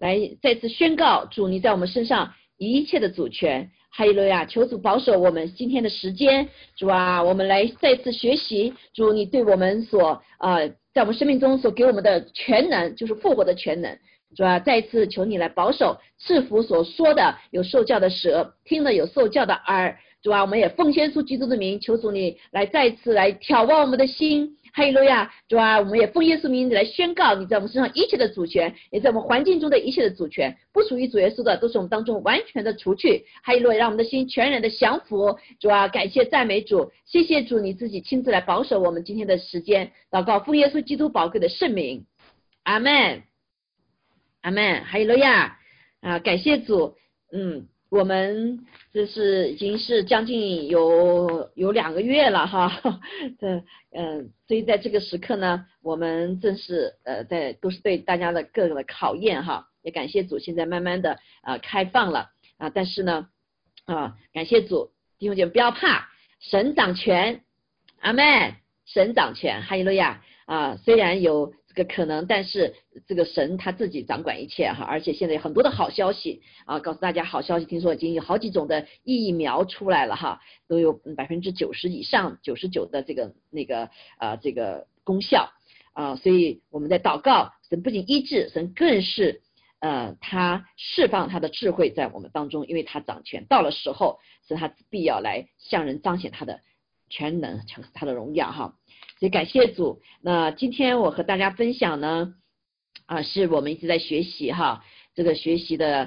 来再次宣告主你在我们身上一切的主权。哈利路亚，求主保守我们今天的时间，主啊，我们来再次学习主你对我们所在我们生命中所给我们的全能，就是复活的全能。主啊，再一次求你来保守赐福所说的有受教的舌，听了有受教的耳。主啊，我们也奉献出基督的名，求主你来再次来挑拨我们的心。哈利路亚，主啊，我们也奉耶稣名来宣告你在我们身上一切的主权，也在我们环境中的一切的主权，不属于主耶稣的都是我们当中完全的除去。哈利路亚，让我们的心全然的降服。主啊，感谢赞美主，谢谢主你自己亲自来保守我们今天的时间。祷告奉耶稣基督宝贵的圣名，阿们，阿们，哈利路亚啊，感谢主。我们这是已经是将近有2个月了哈，所以在这个时刻呢，我们正是都是对大家的各个的考验哈，也感谢主，现在慢慢的开放了但是呢感谢主，弟兄姐妹不要怕，神掌权，阿们，神掌权，哈利路亚虽然有这个可能，但是这个神他自己掌管一切哈，而且现在有很多的好消息告诉大家好消息，听说已经有好几种的疫苗出来了哈，都有90%以上99%的这个功效所以我们在祷告，神不仅医治，神更是他释放他的智慧在我们当中，因为他掌权，到了时候是他必要来向人彰显他的全能，他的荣耀哈。所以感谢主。那今天我和大家分享呢是我们一直在学习哈，这个学习的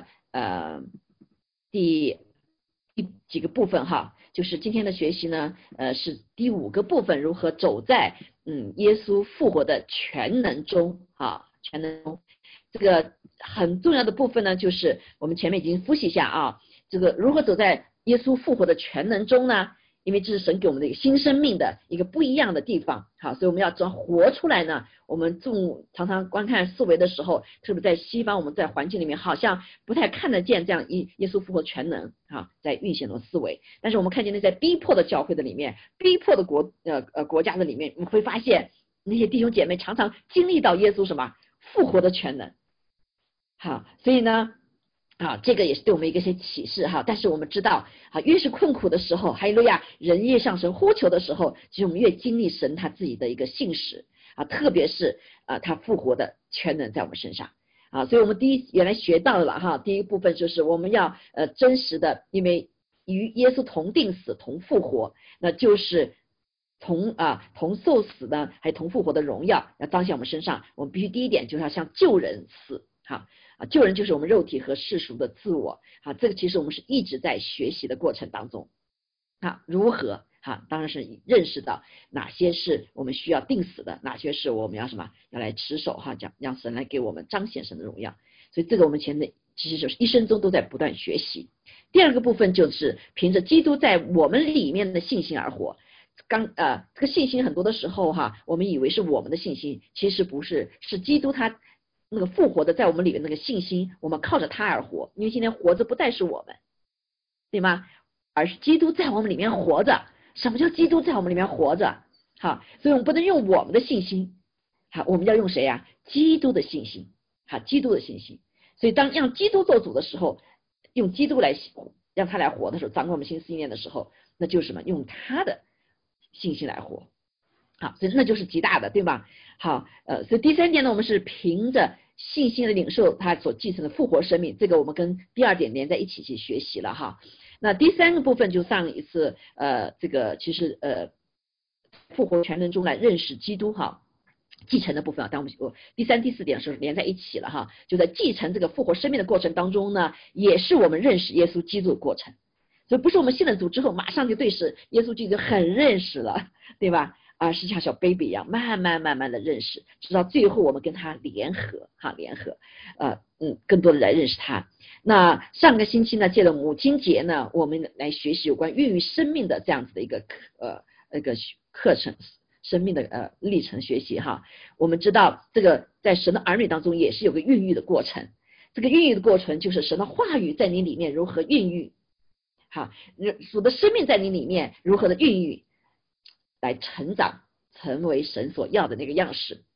第几个部分哈，就是今天的学习呢是第5个部分，如何走在耶稣复活的全能中全能中。这个很重要的部分呢，就是我们前面已经复习一下这个如何走在耶稣复活的全能中呢？因为这是神给我们的一个新生命的一个不一样的地方所以我们要怎么活出来呢？我们常常观看思维的时候，特别在西方，我们在环境里面好像不太看得见这样耶稣复活全能在运行的思维，但是我们看见那在逼迫的教会的里面，逼迫的国家的里面，我们会发现那些弟兄姐妹常常经历到耶稣什么复活的全能所以呢这个也是对我们一个些启示但是我们知道越是困苦的时候，哈利路亚，人越向神呼求的时候，其实我们越经历神他自己的一个信实特别是他复活的全能在我们身上所以我们原来学到了第一部分就是我们要真实的，因为与耶稣同定死同复活，那就是同受死呢还同复活的荣耀要彰显我们身上。我们必须第一点就是要向旧人死救人就是我们肉体和世俗的自我这个其实我们是一直在学习的过程当中如何当然是认识到哪些是我们需要定死的，哪些是我们要要来持守让神来给我们彰显神的荣耀。所以这个我们前面其实就是一生中都在不断学习。第二个部分就是凭着基督在我们里面的信心而活。这个信心很多的时候我们以为是我们的信心，其实不是，是基督他那个复活的在我们里面那个信心，我们靠着他而活。因为今天活着不再是我们，对吗？而是基督在我们里面活着。什么叫基督在我们里面活着所以我们不能用我们的信心我们要用谁基督的信心基督的信心。所以当让基督做主的时候，用基督来让他来活的时候，掌管我们心思意念的时候，那就是什么？用他的信心来活所以那就是极大的，对吧？所以第3点呢，我们是凭着信心的领受他所继承的复活生命，这个我们跟第2点连在一起去学习了那第3个部分就上一次这个其实复活全能中来认识基督继承的部分但我们第3、第4点是连在一起了就在继承这个复活生命的过程当中呢，也是我们认识耶稣基督的过程。所以不是我们信了主之后马上就对耶稣基督很认识了，对吧？是像小 baby 一样慢慢的认识，直到最后我们跟他联合更多的来认识他。那上个星期呢，借着母亲节呢，我们来学习有关孕育生命的这样子的一个课程，生命的历程学习我们知道这个在神的儿女当中也是有个孕育的过程，这个孕育的过程就是神的话语在你里面如何孕育主的生命在你里面如何的孕育来成长，成为神所要的那个样式。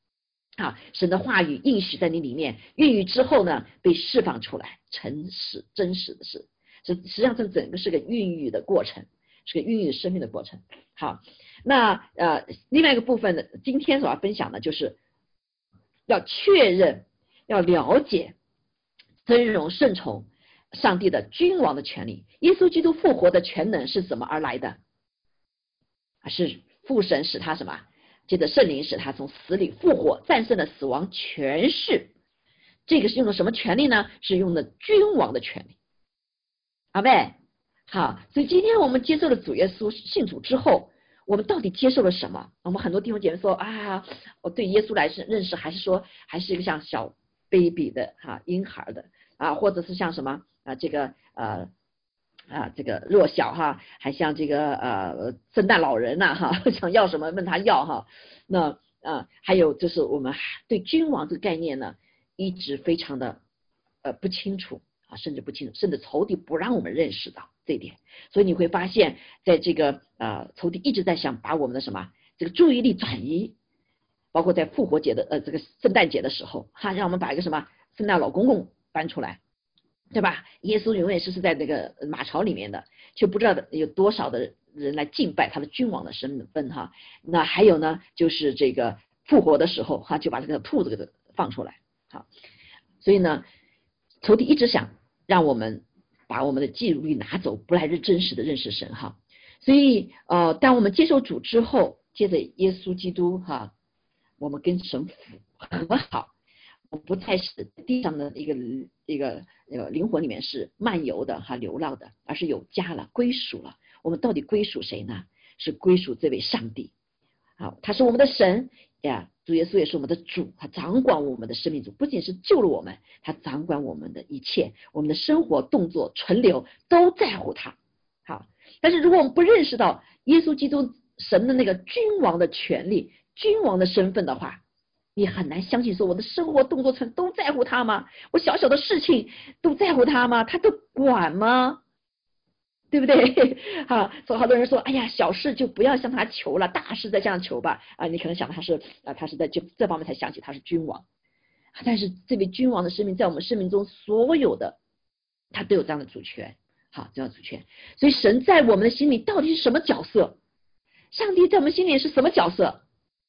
啊，神的话语应许在你里面，孕育之后呢，被释放出来，诚实真实的是，实际上这整个是个孕育的过程，是个孕育生命的过程。好，那另外一个部分呢，今天所要分享的就是要确认、要了解、尊荣、顺从上帝的君王的权利。耶稣基督复活的全能是怎么而来的？是父神使他什么？接着圣灵使他从死里复活，战胜了死亡权势。这个是用的什么权利呢？是用的君王的权利。阿妹，好，所以今天我们接受了主耶稣信主之后，我们到底接受了什么？我们很多弟兄姐妹说啊，我对耶稣来认识还是说还是一个像小 baby 的婴孩的啊，或者是像什么这个这个弱小还像这个圣诞老人想要什么问他要那还有就是我们对君王这个概念呢，一直非常的不清楚甚至不清楚，甚至仇敌不让我们认识到这一点。所以你会发现在这个仇敌一直在想把我们的什么这个注意力转移，包括在复活节的这个圣诞节的时候让我们把一个什么圣诞老公公搬出来，对吧？耶稣永远是在那个马槽里面的，却不知道有多少的人来敬拜他的君王的身份那还有呢，就是这个复活的时候就把这个兔子给放出来。好，所以呢，仇敌一直想让我们把我们的记录力拿走，不来真实的认识神所以当我们接受主之后，接着耶稣基督我们跟神和好。我们不再是地上的一个灵魂里面是漫游的流浪的，而是有家了，归属了。我们到底归属谁呢？是归属这位上帝。好，他是我们的神呀，主耶稣也是我们的主，他掌管我们的生命主，不仅是救了我们，他掌管我们的一切，我们的生活、动作、存留都在乎他。好，但是如果我们不认识到耶稣基督神的那个君王的权利、君王的身份的话，你很难相信说我的生活动作都在乎他吗？我小小的事情都在乎他吗？他都管吗？对不对？所以好多人说，哎呀，小事就不要向他求了，大事再这样求吧。你可能想他是在这方面才想起他是君王，但是这位君王的生命在我们生命中所有的，他都有这样的主权。这样的主权。所以神在我们的心里到底是什么角色？上帝在我们心里是什么角色？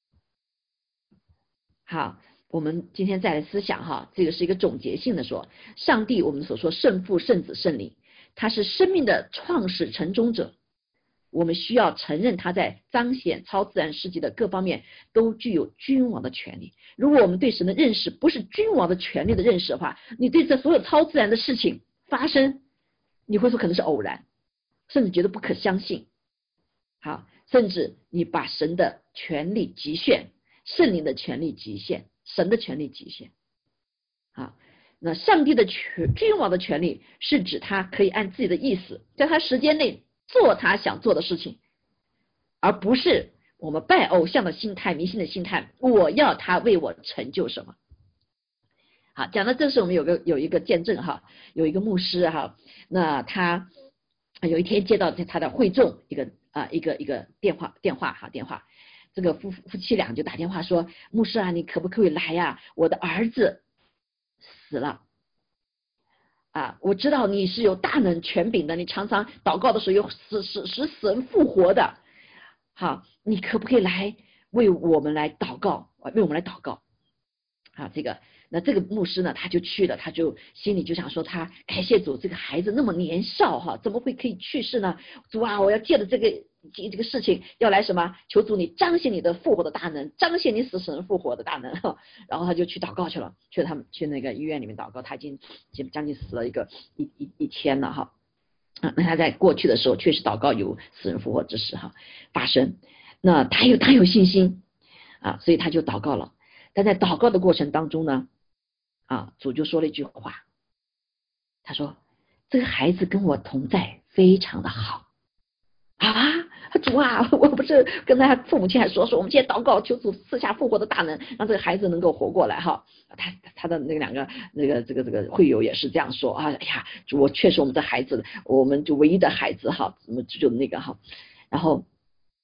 好，我们今天再来思想这个是一个总结性的说，上帝我们所说圣父、圣子、圣灵，他是生命的创始成终者，我们需要承认他在彰显超自然世界的各方面都具有君王的权利。如果我们对神的认识不是君王的权利的认识的话，你对这所有超自然的事情发生，你会说可能是偶然，甚至觉得不可相信。好，甚至你把神的权利极限，圣灵的权利极限，神的权利极限。好，那上帝的君王的权利是指他可以按自己的意思，在他时间内做他想做的事情，而不是我们拜偶像的心态、迷信的心态，我要他为我成就什么。好，讲到这时我们有一个见证有一个牧师那他有一天接到他的会众一个电话，这个夫妻俩就打电话说，牧师你可不可以来呀？我的儿子死了我知道你是有大能权柄的，你常常祷告的时候有使死人复活的，好，你可不可以来为我们来祷告？那这个牧师呢，他就去了，他就心里就想说，他感谢主，这个孩子那么年少怎么会可以去世呢？主我要借着这个事情要来什么？求主你彰显你的复活的大能，彰显你死神复活的大能然后他就去祷告去了，去那个医院里面祷告，他已经将近死了一天了那他在过去的时候确实祷告有死人复活之事发生，那他有信心所以他就祷告了。但在祷告的过程当中呢主就说了一句话，他说这个孩子跟我同在非常的好主我不是跟他父母亲还说我们现在祷告求主赐下复活的大能，让这个孩子能够活过来他的那两个这个会友也是这样说哎呀，我确实我们的孩子，我们就唯一的孩子怎么就那个然后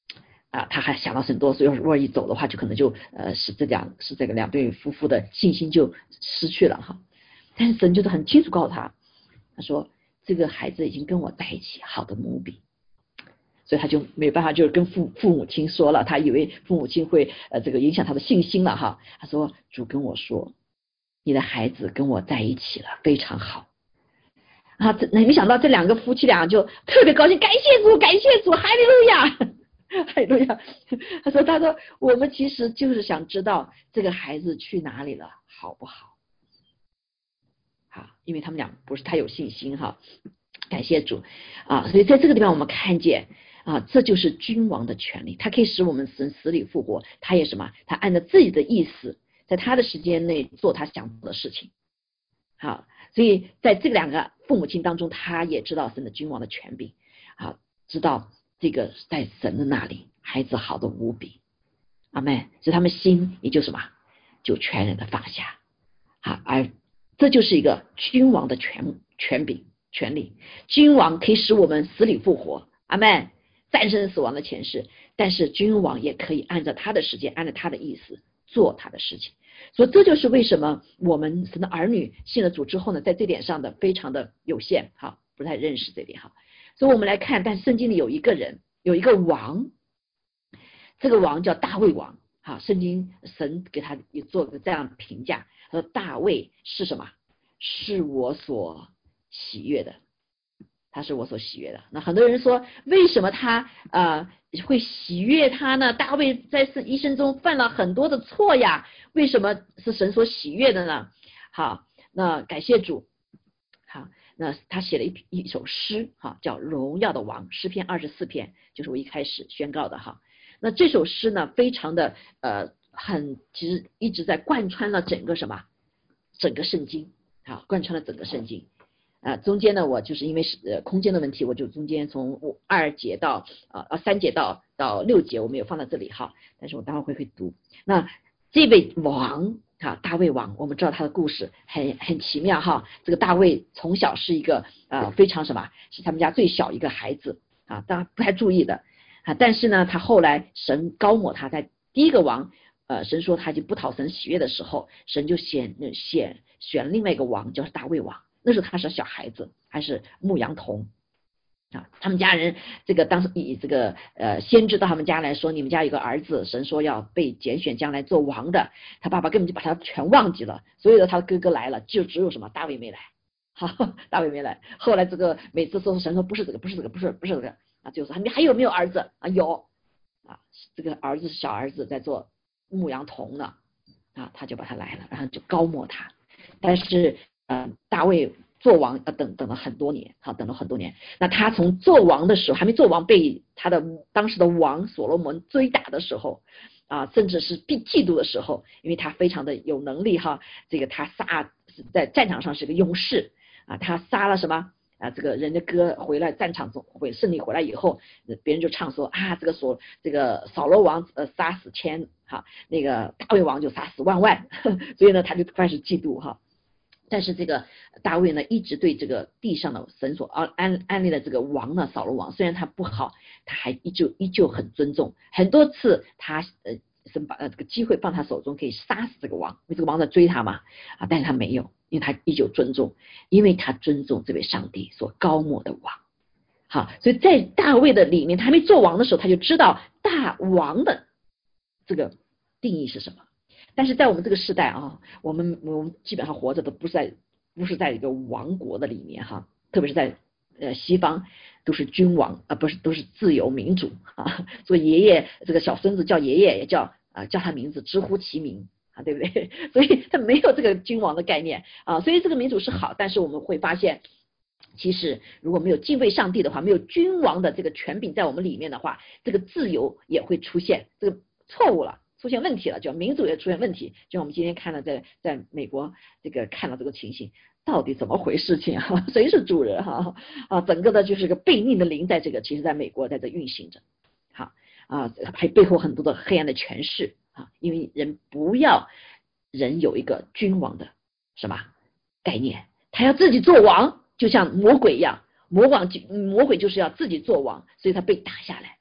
他还想到很多，所以如果一走的话，就可能就使这个两对夫妇的信心就失去了哈。但是神就是很清楚告诉他说这个孩子已经跟我在一起，好的无比。所以他就没办法，就是跟父母亲说了，他以为父母亲会这个影响他的信心了哈。他说主跟我说，你的孩子跟我在一起了，非常好啊。没想到这两个夫妻俩就特别高兴，感谢主，感谢主，哈利路亚，哈利路亚。他说我们其实就是想知道这个孩子去哪里了，好不好？好，因为他们俩不是太有信心哈。感谢主啊，所以在这个地方我们看见这就是君王的权利，他可以使我们死里复活，他也什么？他按照自己的意思，在他的时间内做他想做的事情。好，所以在这两个父母亲当中，他也知道神的君王的权柄知道这个在神的那里，孩子好的无比。阿们，所以他们心也就什么？就全然的放下。好，而这就是一个君王的权柄。权利，君王可以使我们死里复活，阿们，战胜死亡的权势，但是君王也可以按照他的时间，按照他的意思做他的事情。所以这就是为什么我们神的儿女信了主之后呢，在这点上的非常的有限，不太认识这点哈。所以我们来看，但圣经里有一个人，有一个王，这个王叫大卫王，圣经神给他也做个这样的评价，说大卫是什么？是我所喜悦的，他是我所喜悦的。那很多人说，为什么他会喜悦他呢？大卫在一生中犯了很多的错呀，为什么是神所喜悦的呢？好，那感谢主。好，那他写了一首诗叫《荣耀的王》，诗篇24篇，就是我一开始宣告的哈。那这首诗呢，非常的其实一直在贯穿了整个整个圣经贯穿了整个圣经。中间呢，我就是因为空间的问题，我就中间从2节到3节到6节，我没有放在这里哈，但是我待会会读。那这位王大卫王，我们知道他的故事很奇妙哈。这个大卫从小是一个非常是他们家最小一个孩子当然不太注意的但是呢，他后来神高抹他，在第一个王神说他已经不讨神喜悦的时候，神就选另外一个王，就是大卫王。那时候他是小孩子，还是牧羊童他们家人这个当时以这个先知到他们家来说，你们家有个儿子，神说要被拣选将来做王的，他爸爸根本就把他全忘记了，所有的他的哥哥来了，就只有什么大卫没来大卫没来。后来这个每次说神说不是这个不是这个不是这个就是你还有没有儿子有这个儿子是小儿子在做牧羊童呢他就把他来了，然后就高抹他。但是大卫做王等了很多年等了很多年。那他从做王的时候，还没做王，被他的当时的王所罗门追打的时候甚至是被嫉妒的时候，因为他非常的有能力这个他在战场上是个勇士他杀了什么这个人的歌回来，战场中胜利回来以后，别人就唱说这个扫罗王杀死千那个大卫王就杀死万所以呢他就开始嫉妒但是这个大卫呢，一直对这个地上的神所安立的这个王呢，扫罗王，虽然他不好，他还依旧很尊重。很多次他神把这个机会放他手中，可以杀死这个王，因为这个王在追他嘛但是他没有，因为他依旧尊重，因为他尊重这位上帝所高抹的王。好，所以在大卫的里面，他还没做王的时候，他就知道大王的这个定义是什么。但是在我们这个时代我们基本上活着都不是在一个王国的里面特别是在西方都是君王不是都是自由民主所以爷爷这个小孙子叫爷爷也叫他名字直呼其名对不对？所以他没有这个君王的概念所以这个民主是好，但是我们会发现其实如果没有敬畏上帝的话，没有君王的这个权柄在我们里面的话，这个自由也会出现这个错误了，出现问题了，就民主也出现问题。就像我们今天看了在美国这个看到这个情形，到底怎么回事情谁是主人整个的就是个悖逆的灵在这个其实在美国在这运行着还背后很多的黑暗的权势因为人有一个君王的什么概念，他要自己做王，就像魔鬼一样，魔鬼就是要自己做王，所以他被打下来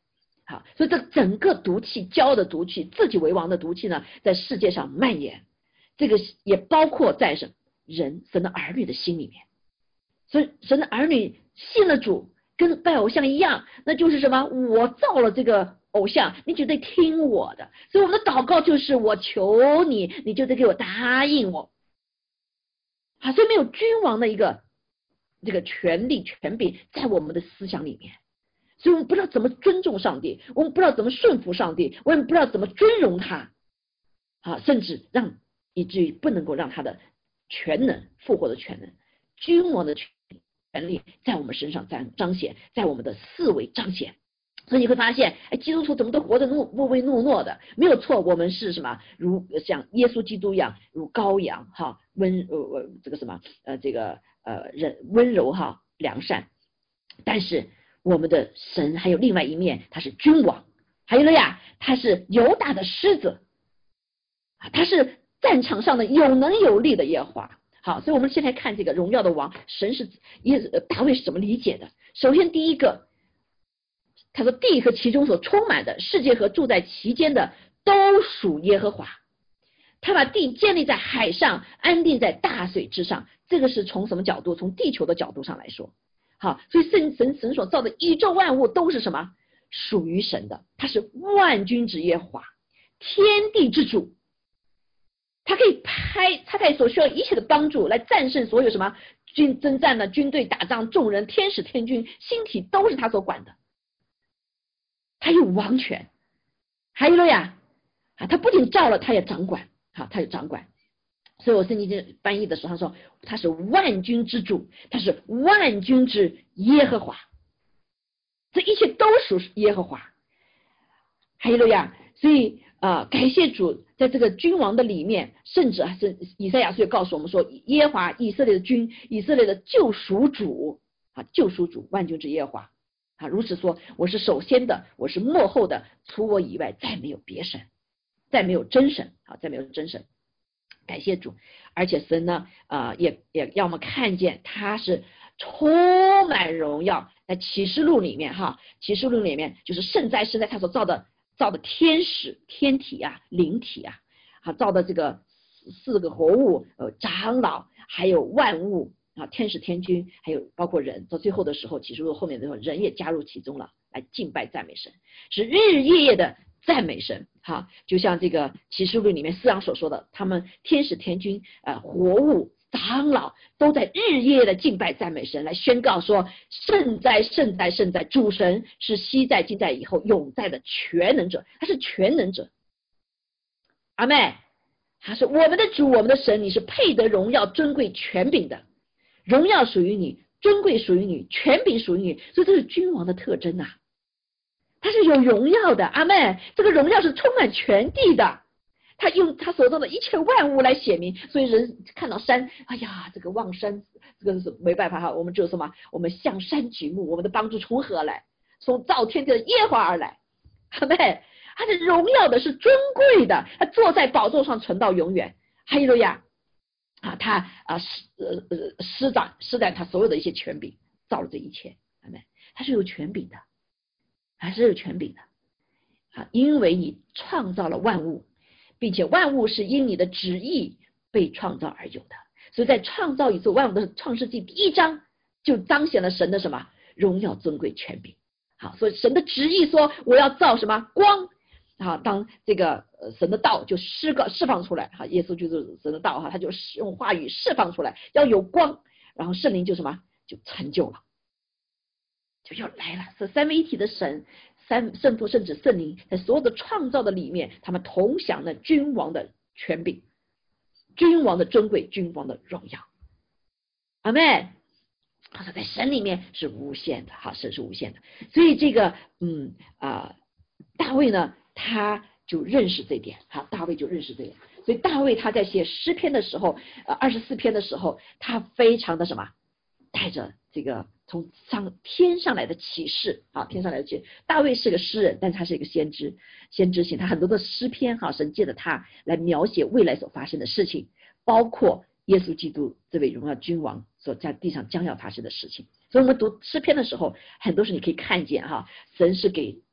好，所以这整个毒气，骄傲的毒气，自己为王的毒气呢，在世界上蔓延。这个也包括在神的儿女的心里面。所以神的儿女信了主，跟拜偶像一样，那就是什么？我造了这个偶像，你就得听我的。所以我们的祷告就是：我求你，你就得给我答应我。好，所以没有君王的一个这个权力权柄在我们的思想里面，所以我们不知道怎么尊重上帝，我们不知道怎么顺服上帝，我们不知道怎么尊荣他，甚至以至于不能够让他的全能复活的全能，君王的权力在我们身上彰显，在我们的思维彰显。所以你会发现，基督徒怎么都活得唯唯诺诺的，没有错，我们是什么？如像耶稣基督一样，如羔羊这个什么温柔良善。但是我们的神还有另外一面，他是君王，还有了呀，他是犹大的狮子，他是战场上的有能有力的耶和华。好，所以我们现在看这个荣耀的王，神是大卫是怎么理解的？首先第一个，他说地和其中所充满的，世界和住在其间的都属耶和华。他把地建立在海上，安定在大水之上。这个是从什么角度？从地球的角度上来说。好，所以神所造的宇宙万物都是什么？属于神的，他是万军之耶和华，天地之主。他可以他所需要一切的帮助来战胜所有什么征战的军队打仗，众人天使天军星体都是他所管的。他有王权，还有了呀他不仅造了，他也掌管，他也掌管。所以我圣经翻译的时候他说他是万军之主，他是万军之耶和华，这一切都属耶和华。还有了呀，所以感谢主，在这个君王的里面，甚至是以赛亚书也告诉我们说，耶和华以色列的君，以色列的救赎主救赎主，万军之耶和华如此说，我是首先的，我是末后的，除我以外再没有别神，再没有真神再没有真神。感谢主，而且神呢也让我们看见他是充满荣耀。在启示录里面启示录里面就是圣哉他所造的天使天体灵体造的这个4个活物长老还有万物天使天君还有包括人，到最后的时候启示录后面的时候人也加入其中了，来敬拜赞美神，是日日夜夜的赞美神就像这个启示录里面4章所说的，他们天使天君活物长老都在日夜的敬拜赞美神，来宣告说圣哉圣哉圣哉，主神是昔在今在以后永在的全能者，他是全能者。阿们，他是我们的主，我们的神，你是配得荣耀尊贵权柄的，荣耀属于你，尊贵属于你，权柄属于你，所以这是君王的特征他是有荣耀的。阿们，这个荣耀是充满全地的，他用他所造的一切万物来显明。所以人看到山，哎呀，这个望山，这个是没办法我们只有什么？我们向山举目，我们的帮助从何而来？从造天地的耶和华而来。阿们，他是荣耀的，是尊贵的，他坐在宝座上存到永远。哈利路亚他施展他所有的一些权柄，造了这一切。阿们，他是有权柄的，还是有权柄的因为你创造了万物，并且万物是因你的旨意被创造而有的。所以在创造宇宙万物的创世纪第1章就彰显了神的什么荣耀尊贵权柄。好，所以神的旨意说我要造什么光当这个神的道就释放出来耶稣就是神的道他就用话语释放出来，要有光，然后圣灵就什么就成就了，就要来了。这三位一体的神，圣父圣子圣灵在所有的创造的里面，他们同享了君王的权柄，君王的尊贵，君王的荣耀。阿们。他说在神里面是无限的神是无限的。所以这个大卫呢他就认识这点大卫就认识这点。所以大卫他在写诗篇的时候24篇的时候，他非常的什么带着这个从天上来的启示天上来的启示。大卫是个诗人，但是他是一个先知性，他很多的诗篇神借着他来描写未来所发生的事情，包括耶稣基督这位荣耀君王所在地上将要发生的事情。所以我们读诗篇的时候，很多时候你可以看见神是给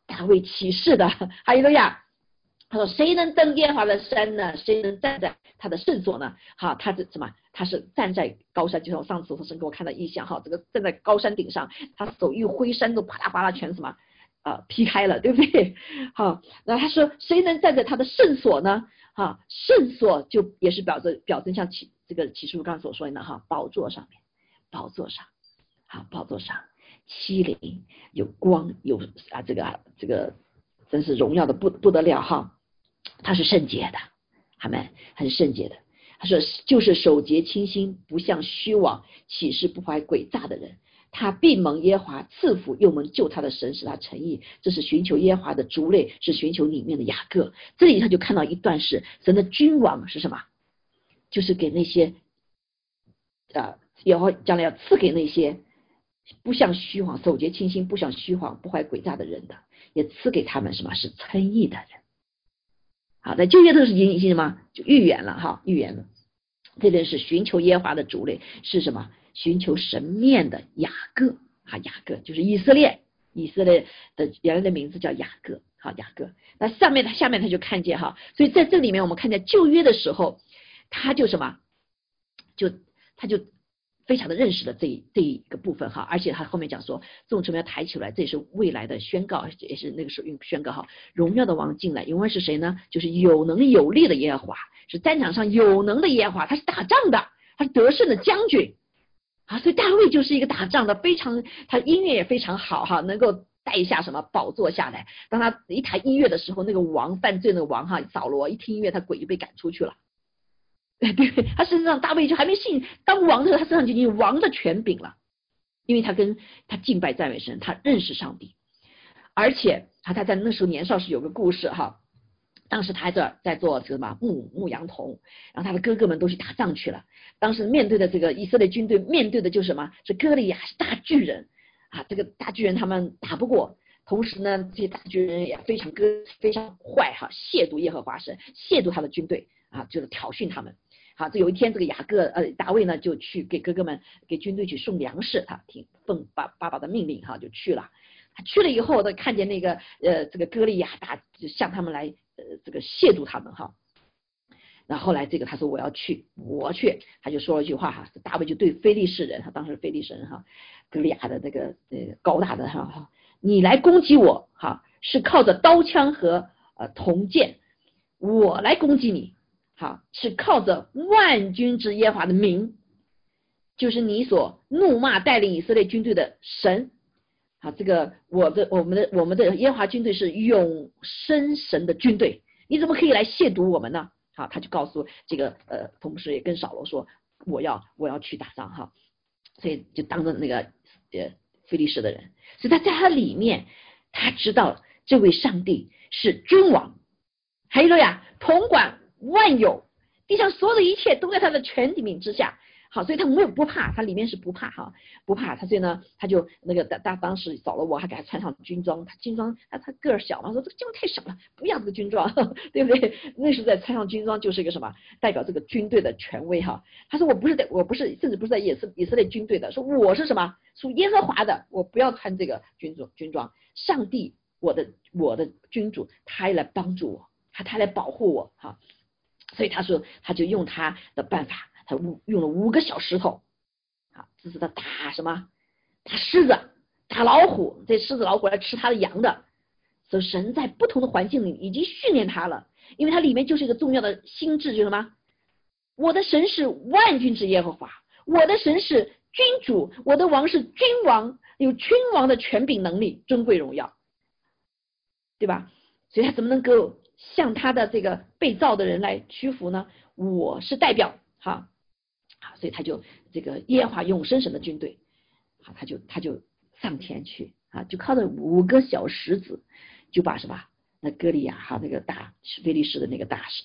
大卫起誓的，哈利路亚。他说谁能登耶和华的山呢？谁能站在他的圣所呢？好，他是什么？他是站在高山，就像我上次神给我看的意象哈，这个站在高山顶上，他手一挥，山都啪啦啪啦全什么劈开了，对不对？好，然后他说谁能站在他的圣所呢？哈，圣所就也是表征像这个启示录刚刚所说的哈，宝座上面，宝座上，好，宝座上七灵有光有这个真是荣耀的不得了哈。他是圣洁的，他们很圣洁的。他说就是守节清心，不向虚妄起誓不怀诡诈的人，他必蒙耶和华赐福，又蒙救他的神使他诚意。这是寻求耶和华的族类，是寻求里面的雅各。这里他就看到一段是神的君王是什么？就是给那些耶和华将来要赐给那些不向虚妄守节清心不向虚妄不怀诡诈的人的，也赐给他们什么是称义的人。好，在旧约都是已经什么就预言了哈，预言了。这里是寻求耶和华的族类，是什么？寻求神面的雅各啊，雅各就是以色列的原来的名字叫雅各，好，雅各。那下面他就看见哈，所以在这里面我们看见旧约的时候，他就什么，他就非常的认识了这一个部分哈，而且他后面讲说，众臣要抬起来，这也是未来的宣告，也是那个时候宣告哈，荣耀的王进来，永远是谁呢？就是有能有力的耶和华，是战场上有能的耶和华，他是打仗的，他是得胜的将军啊，所以大卫就是一个打仗的，非常他音乐也非常好哈，能够带下什么宝座下来。当他一弹音乐的时候，那个王犯罪那个王哈扫罗一听音乐，他鬼就被赶出去了。对，他身上大卫就还没信当王的时候，他身上就已经有王的权柄了，因为他敬拜赞美神，他认识上帝，而且他在那时候年少时有个故事哈，当时他在做什么牧羊童，然后他的哥哥们都去打仗去了，当时面对的这个以色列军队面对的就是什么？是歌利亚，是大巨人啊，这个大巨人他们打不过，同时呢这些大巨人也非常坏哈，亵渎耶和华神，亵渎他的军队啊，就是挑衅他们。好，这有一天这个大卫呢就去给哥哥们给军队去送粮食，他奉爸爸的命令哈就去了。他去了以后，他看见那个这个歌利亚就向他们来这个亵渎他们哈。然后后来这个他说我去，他就说了一句话哈，大卫就对非利士人，他当时非利士人哈，歌利亚的那个高大的哈，你来攻击我哈，是靠着刀枪和铜剑，我来攻击你。好，是靠着万军之耶和华的名，就是你所怒骂带领以色列军队的神。好，这个我们的耶和华军队是永生神的军队，你怎么可以来亵渎我们呢？好，他就告诉这个同时也跟扫罗说，我要去打仗哈，所以就当着那个非利士的人，所以他在他里面他知道这位上帝是君王，哈利路亚，统管万有，地上所有的一切都在他的权柄之下。好，所以他没有不怕，他里面是不怕哈，不怕他，所以呢，他就那个当时扫罗王还给他穿上军装，他军装他个儿小嘛，说这个军装太小了，不要这个军装，对不对？那时候在穿上军装就是一个什么，代表这个军队的权威哈。他说我不是，甚至不是在以色列军队的，说我是什么属耶和华的，我不要穿这个军装。上帝我的君主，他来帮助我，他来保护我哈。所以他说他就用他的办法。他用了5个小石头，啊，这是他打什么？打狮子、打老虎，这狮子老虎来吃他的羊的。所以神在不同的环境里已经训练他了，因为他里面就是一个重要的心智，就是什么？我的神是万军之耶和华，我的神是君主，我的王是君王，有君王的权柄、能力、尊贵、荣耀，对吧？所以他怎么能够向他的这个被造的人来屈服呢？我是代表，哈。所以他就这个耶和华永生神的军队，好，他就上前去啊，就靠着5个小石子，就把什么那歌利亚哈那个大非利士的那个大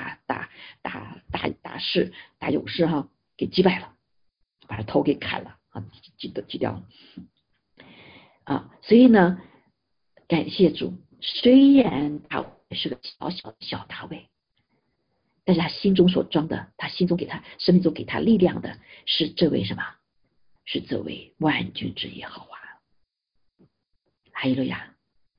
勇士哈给击败了，把他头给砍了啊，击掉了啊。所以呢，感谢主，虽然大卫是个小大卫。但是他心中所装的，他心中给他生命中给他力量的是这位什么？是这位万军之耶和华。哈利路亚，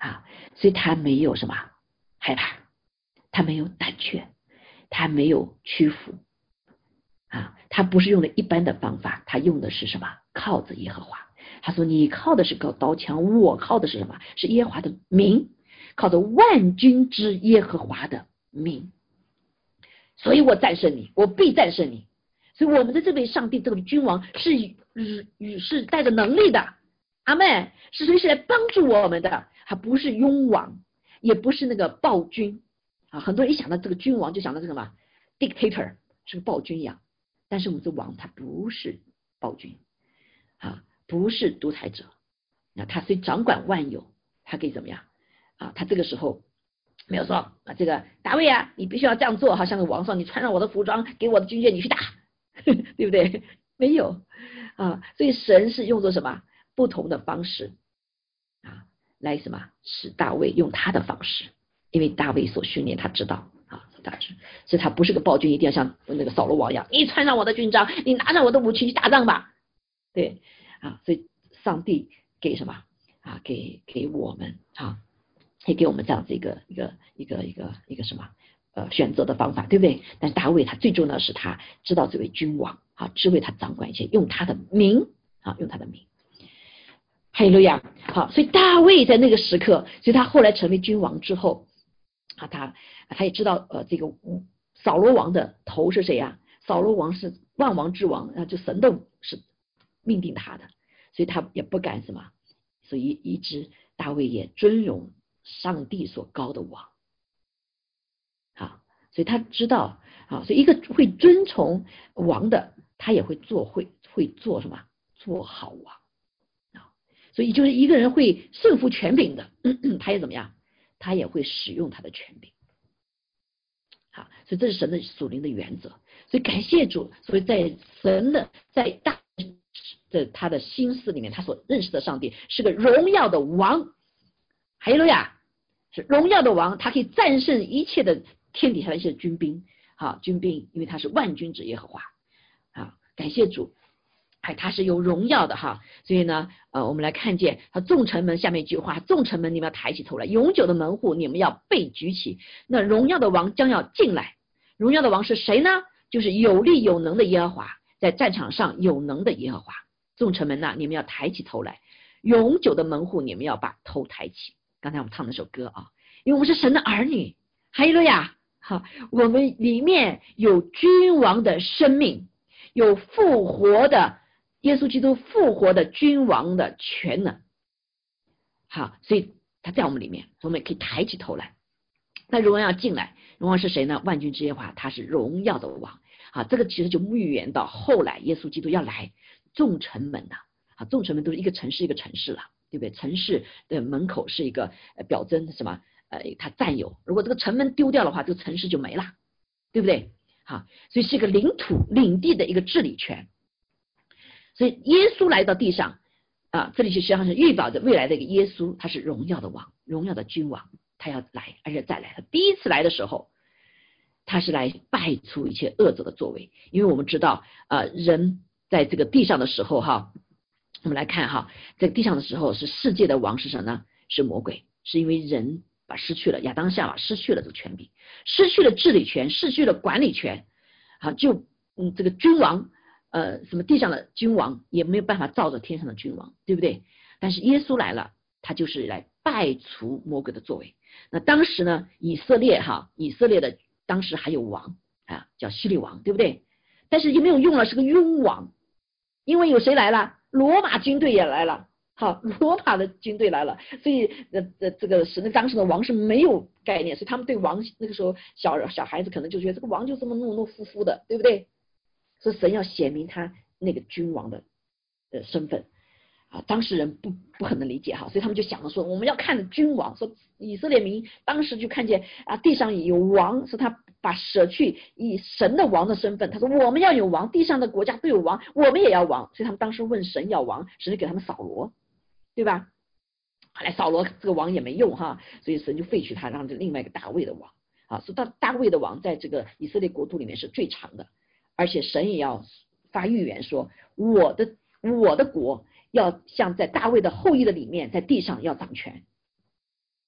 啊，所以他没有什么害怕，他没有胆怯，他没有屈服啊，他不是用的一般的方法，他用的是什么？靠着耶和华。他说你靠的是个刀枪，我靠的是什么？是耶和华的名，靠着万军之耶和华的名，所以我战胜你，我必战胜你。所以我们的这位上帝，这位君王是带着能力的，阿们，是随时来帮助我们的，他不是庸王，也不是那个暴君啊。很多人一想到这个君王就想到这个什么 dictator， 是个暴君一样，但是我们这王他不是暴君啊，不是独裁者，那他虽掌管万有，他可以怎么样啊？他这个时候没有说啊，这个大卫啊，你必须要这样做，好像个王上，你穿上我的服装，给我的军舰，你去打，对不对？没有啊，所以神是用作什么不同的方式啊，来什么使大卫用他的方式，因为大卫所训练，他知道啊，所以他不是个暴君，一定要像那个扫罗王一样，你穿上我的军装，你拿上我的武器去打仗吧，对啊，所以上帝给什么啊？给我们啊，也给我们这样子一个什么选择的方法，对不对？但是大卫他最重要的是他知道这位君王啊，知为他掌管一切，用他的名啊，用他的名。哈利路亚！好，所以大卫在那个时刻，所以他后来成为君王之后啊，他也知道这个扫罗王的头是谁呀？扫罗王是万王之王啊，就神都是命定他的，所以他也不敢什么，所以以致大卫也尊荣上帝所高的王。啊，所以他知道啊，所以一个会遵从王的，他也会做什么？做好王啊。所以就是一个人会顺服权柄的，他也怎么样？他也会使用他的权柄。好，所以这是神的属灵的原则。所以感谢主，所以在神的在他的心思里面，他所认识的上帝是个荣耀的王。哈利路亚，是荣耀的王，他可以战胜一切的天底下的一些军兵，好军兵，因为他是万军之耶和华啊，感谢主，他是有荣耀的哈，所以呢，我们来看见他众城门下面一句话，众城门你们要抬起头来，永久的门户你们要被举起，那荣耀的王将要进来，荣耀的王是谁呢？就是有力有能的耶和华，在战场上有能的耶和华，众城门呐，你们要抬起头来，永久的门户你们要把头抬起。刚才我们唱那首歌啊，因为我们是神的儿女，哈利路亚，好，我们里面有君王的生命，有复活的耶稣基督复活的君王的全能，好，所以他在我们里面，我们也可以抬起头来。那荣耀进来，荣耀是谁呢？万军之耶和华，他是荣耀的王。好，这个其实就预言到后来耶稣基督要来，众城门呐，啊，众城门都是一个城市一个城市了。对不对？城市的门口是一个表征什么？它占有。如果这个城门丢掉的话，这个城市就没了，对不对？好，所以是一个领土领地的一个治理权。所以耶稣来到地上啊，这里实际上是预表着未来的一个耶稣，他是荣耀的王，荣耀的君王，他要来，而且再来。他第一次来的时候，他是来败除一切恶者的作为，因为我们知道人在这个地上的时候哈。我们来看哈，在地上的时候是世界的王是什么呢？是魔鬼，是因为人失去了亚当夏娃失去了这个权柄，失去了治理权，失去了管理权，好就这个君王什么地上的君王也没有办法照着天上的君王，对不对？但是耶稣来了，他就是来败除魔鬼的作为。那当时呢，以色列的当时还有王啊，叫希律王，对不对？但是也没有用了，是个庸王，因为有谁来了？罗马军队也来了，好，罗马的军队来了，所以这个是那当时的王是没有概念，所以他们对王那个时候小孩子可能就觉得这个王就这么懦懦夫夫的，对不对？所以神要显明他那个君王的身份啊，当时人不很能理解哈，所以他们就想着说我们要看君王，说以色列民当时就看见啊地上有王，说他把舍去以神的王的身份，他说我们要有王，地上的国家都有王，我们也要王，所以他们当时问神要王，神就给他们扫罗，对吧？后来扫罗这个王也没用哈，所以神就废去他，让这另外一个大卫的王啊，所以大卫的王在这个以色列国度里面是最长的，而且神也要发预言说我的国要像在大卫的后裔的里面，在地上要掌权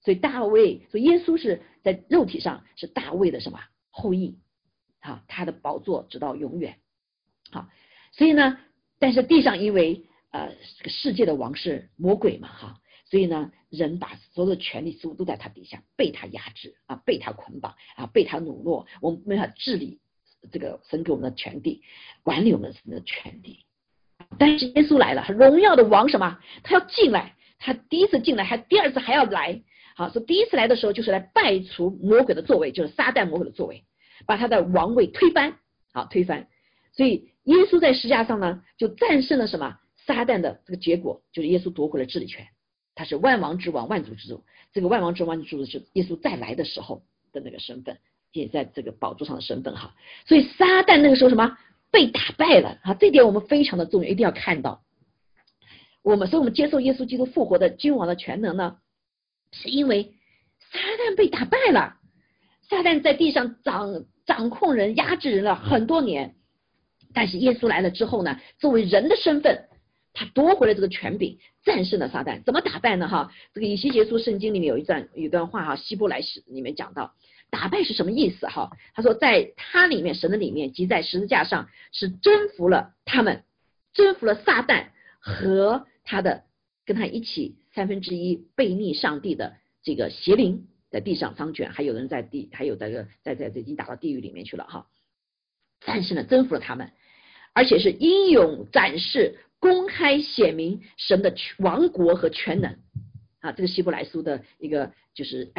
所以耶稣是在肉体上是大卫的什么后裔啊，他的宝座直到永远。好，所以呢，但是地上因为这个世界的王是魔鬼嘛哈，所以呢，人把所有的权利似乎都在他底下，被他压制啊，被他捆绑啊，被他掳落，我们没法治理这个神给我们的权利，管理我们的权利。但是耶稣来了，荣耀的王什么？他要进来，他第一次进来，还第二次还要来。好，所以第一次来的时候就是来败除魔鬼的作为，就是撒旦魔鬼的作为，把他的王位推翻，好推翻。所以耶稣在十字架上呢，就战胜了什么？撒旦的这个结果，就是耶稣夺回了治理权，他是万王之王，万主之主。这个万王之王、万主之主是耶稣再来的时候的那个身份，也在这个宝座上的身份哈。所以撒旦那个时候什么？被打败了啊，这点我们非常的重要，一定要看到。所以我们接受耶稣基督复活的君王的全能呢，是因为撒旦被打败了，撒旦在地上掌控人、压制人了很多年，但是耶稣来了之后呢，作为人的身份，他夺回了这个权柄，战胜了撒旦。怎么打败呢？哈，这个以西结书圣经里面有一段话哈，希伯来史里面讲到。打败是什么意思哈？他说在他里面，神的里面，即在十字架上是征服了他们，征服了撒旦和他的跟他一起1/3悖逆上帝的这个邪灵在地上方卷，还有人还有这个在已经打到地狱里面去了哈，战胜了，征服了他们，而且是英勇展示，公开显明神的王国和全能。啊，这个希伯来书的一个就是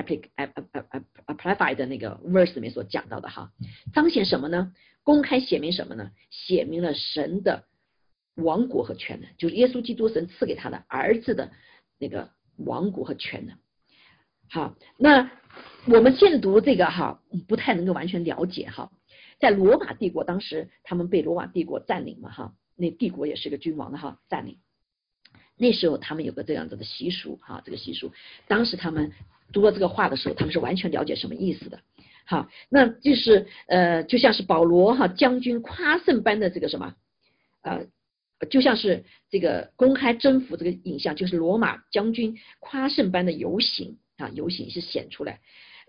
apply 的那个 verse 里面所讲到的哈，彰显什么呢？公开显明什么呢？显明了神的王国和全能，就是耶稣基督神赐给他的儿子的那个王国和全能。好，那我们现读这个哈，不太能够完全了解哈。在罗马帝国，当时他们被罗马帝国占领嘛哈，那帝国也是个君王的哈占领。那时候他们有个这样子的习俗哈，这个习俗，当时他们读了这个话的时候，他们是完全了解什么意思的。好，那就是就像是保罗哈将军夸胜般的这个什么就像是这个公开征服这个影像，就是罗马将军夸胜般的游行啊，游行是显出来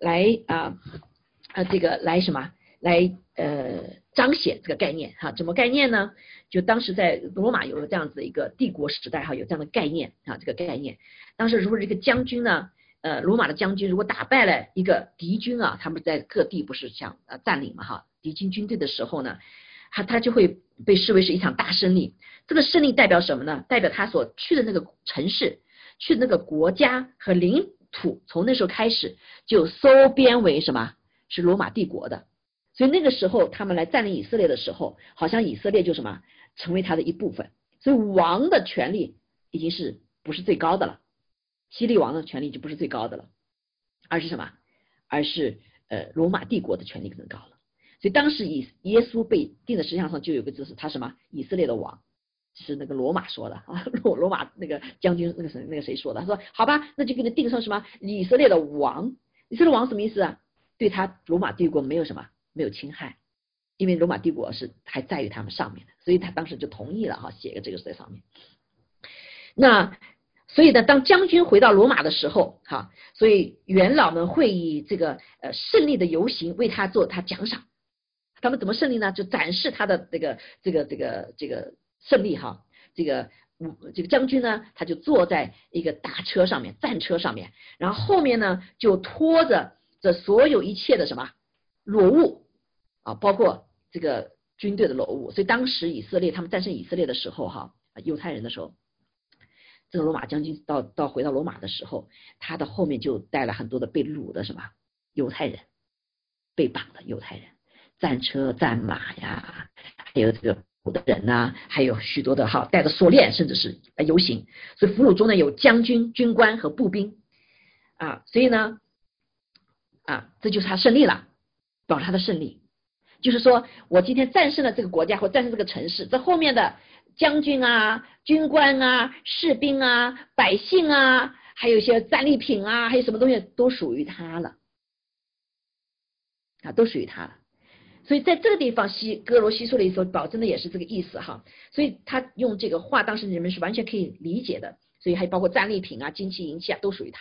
这个来什么来彰显这个概念哈，怎么概念呢？就当时在罗马有了这样子的一个帝国时代哈，有这样的概念啊，这个概念。当时如果这个将军呢，罗马的将军如果打败了一个敌军啊，他们在各地不是想占领嘛哈，敌军军队的时候呢，他就会被视为是一场大胜利。这个胜利代表什么呢？代表他所去的那个城市、去的那个国家和领土，从那时候开始就收编为什么？是罗马帝国的。所以那个时候他们来占领以色列的时候，好像以色列就什么成为他的一部分。所以王的权力已经是不是最高的了，希律王的权力就不是最高的了，而是什么？而是罗马帝国的权力更高了。所以当时耶稣被钉在十字架上，就有个字是他什么？以色列的王，是那个罗马说的啊，罗马那个将军那个谁说的？他说好吧，那就给你定上什么以色列的王。以色列王什么意思啊？对他罗马帝国没有什么。没有侵害，因为罗马帝国是还在于他们上面的，所以他当时就同意了哈，写个这个在上面。那所以呢，当将军回到罗马的时候哈，所以元老们会以这个胜利的游行为他做他奖赏。他们怎么胜利呢？就展示他的这个胜利哈。这个将军呢，他就坐在一个大车上面，战车上面，然后后面呢就拖着这所有一切的什么裸物啊，包括这个军队的裸物。所以当时以色列他们战胜以色列的时候哈，犹太人的时候，这个罗马将军回到罗马的时候，他的后面就带了很多的被掳的什么犹太人，被绑的犹太人，战车战马呀，还有这个捕的人呐，还有许多的带着锁链，甚至是游行。所以俘虏中呢有将军、军官和步兵啊，所以呢这就是他胜利了，表示他的胜利。就是说我今天战胜了这个国家或战胜这个城市，这后面的将军啊、军官啊、士兵啊、百姓啊，还有一些战利品啊，还有什么东西都属于他了啊，都属于他了。所以在这个地方哥罗西书里所保证的也是这个意思哈。所以他用这个话，当时人们是完全可以理解的。所以还包括战利品啊、金器银器啊，都属于他了。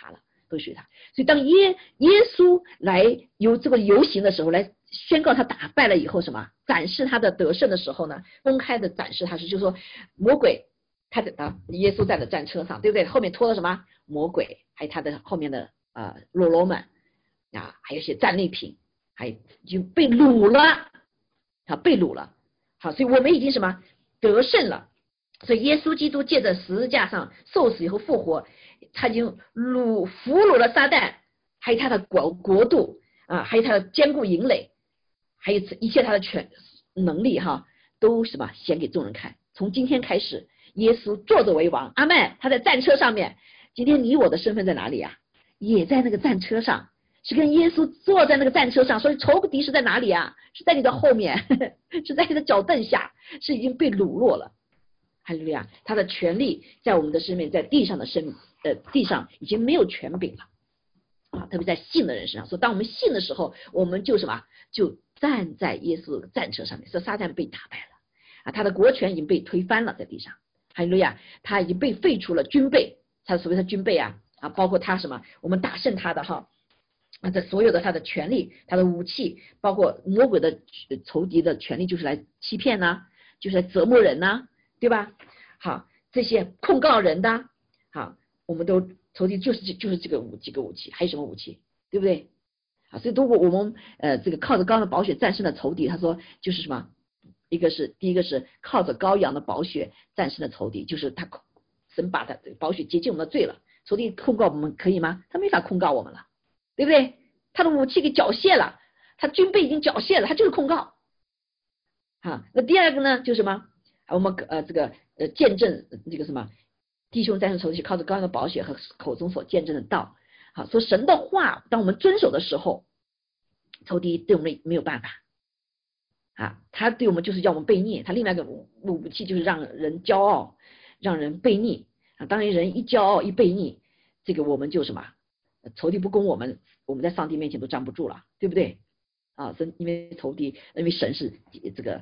都属于他。所以当耶稣来有这个游行的时候，来宣告他打败了以后，什么展示他的得胜的时候呢？公开的展示他是，就是说魔鬼他的耶稣在了战车上，对不对？后面拖了什么魔鬼，还有他的后面的罗罗们啊，还有一些战利品，还已经被掳了啊，被掳了。好，所以我们已经什么得胜了。所以耶稣基督借着十字架上受死以后复活，他已经俘虏了撒旦，还有他的国度啊，还有他的坚固营垒，还有一切他的能力哈，都什么显给众人看。从今天开始，耶稣坐着为王，阿们。他在战车上面。今天你我的身份在哪里啊？也在那个战车上，是跟耶稣坐在那个战车上。所以仇敌是在哪里啊？是在你的后面，是在你的脚凳下，是已经被掳落了。哈利路亚！他的权力在我们的生命，在地上的地上已经没有权柄了啊！特别在信的人身上，说当我们信的时候，我们就什么？就站在耶稣的战车上面。说撒旦被打败了啊，他的国权已经被推翻了，在地上。哈利路亚！他已经被废除了军备，他所谓的军备啊，包括他什么？我们打胜他的哈。这所有的他的权利，他的武器，包括魔鬼的仇敌的权利，就是来欺骗呐，就是来折磨人呐，对吧？好，这些控告人的，好，我们都仇敌就是这个几个武器，还有什么武器，对不对？啊，所以如果我们这个靠着羔羊的宝血战胜了仇敌，他说就是什么？第一个是靠着羔羊的宝血战胜了仇敌，就是他神把他的宝血洁净我们的罪了。仇敌控告我们可以吗？他没法控告我们了，对不对？他的武器给缴械了，他军备已经缴械了，他就是控告。好，那第二个呢，就是什么？我们这个见证这个什么弟兄战胜仇敌，靠着羔羊的宝血和口中所见证的道。好，说神的话，当我们遵守的时候，仇敌对我们没有办法啊，他对我们就是要我们悖逆，他另外一个武器就是让人骄傲，让人悖逆啊。当人一骄傲一悖逆，这个我们就什么仇敌不攻我们在上帝面前都站不住了，对不对？啊，因为仇敌，因为神是这个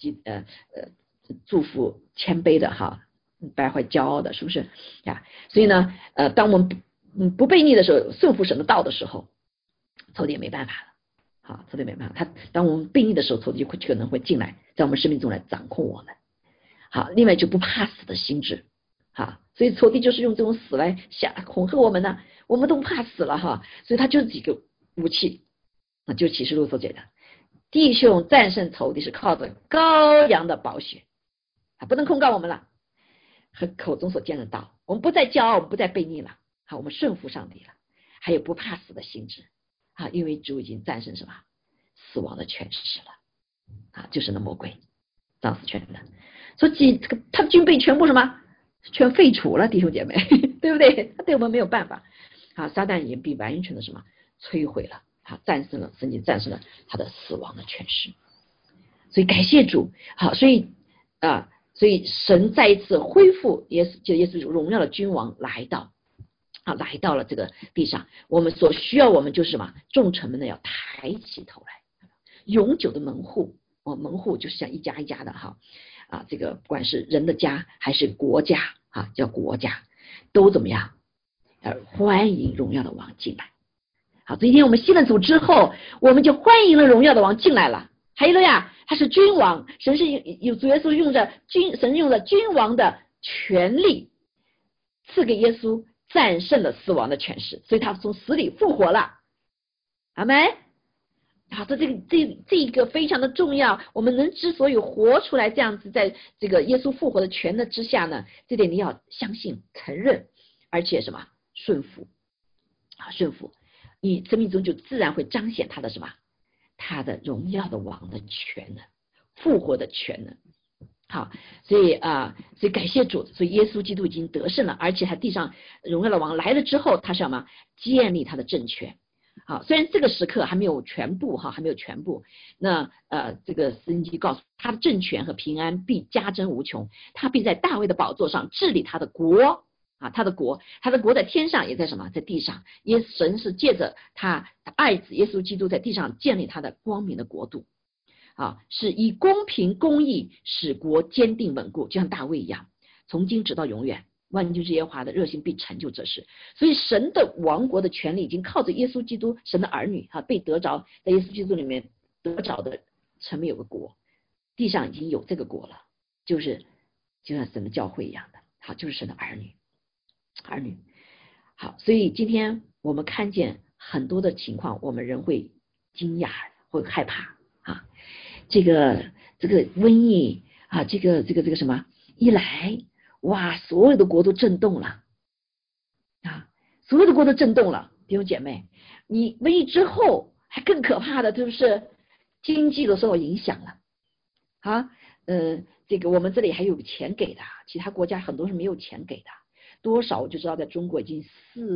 祝福谦卑的哈，败坏骄傲的，是不是呀？所以呢，当我们不悖逆的时候，顺服神的道的时候，仇敌也没办法了。好，仇敌没办法，当我们悖逆的时候，仇敌可能会进来，在我们生命中来掌控我们。好，另外就不怕死的心智，好，所以仇敌就是用这种死来恐吓我们呢，我们都怕死了哈，所以他就几个武器。那就启示录所讲的，弟兄战胜仇敌是靠着羔羊的宝血，不能控告我们了，和口中所见的道，我们不再骄傲，我们不再悖逆了，好，我们顺服上帝了，还有不怕死的心智，因为主已经战胜什么死亡的权势了，就是那魔鬼掌死权的，所以他的军备全部什么全废除了，弟兄姐妹，对不对？他对我们没有办法，撒旦也被完全的什么摧毁了。他战胜了，甚至战胜了他的死亡的权势，所以感谢主。好，所以神再一次恢复耶稣荣耀的君王来到了这个地上。我们所需要，我们就是什么？众臣们呢要抬起头来，永久的门户。门户就是像一家一家的这个不管是人的家还是国家叫国家，都怎么样？欢迎荣耀的王进来。好，今天我们信了主之后，我们就欢迎了荣耀的王进来了。哈利路亚，他是君王，神是有主耶稣神用了君王的权利赐给耶稣战胜了死亡的权势，所以他从死里复活了。阿们。好，这个非常的重要。我们之所以活出来这样子，在这个耶稣复活的权能之下呢，这点你要相信、承认，而且什么顺服顺服。你生命中就自然会彰显他的什么？他的荣耀的王的权能，复活的权能。好，所以感谢主，所以耶稣基督已经得胜了，而且他地上荣耀的王来了之后，他是什么？建立他的政权。好，虽然这个时刻还没有全部那这个诗经告诉他的政权和平安必加增无穷，他必在大卫的宝座上治理他的国。他的国在天上，也在什么？在地上。神是借着他的爱子耶稣基督在地上建立他的光明的国度，是以公平公义使国坚定稳固，就像大卫一样，从今直到永远。 万军之耶和华的热心必成就这事。所以神的王国的权利已经靠着耶稣基督神的儿女被得着，在耶稣基督里面得着的，成为有个国，地上已经有这个国了，就像神的教会一样的，好，就是神的儿女。好，所以今天我们看见很多的情况，我们人会惊讶，会害怕啊。这个瘟疫啊，这个什么一来，哇，所有的国都震动了啊，所有的国都震动了。弟兄姐妹，你瘟疫之后还更可怕的就是经济都受到影响了啊。这个我们这里还有钱给的，其他国家很多是没有钱给的。多少我就知道，在中国已经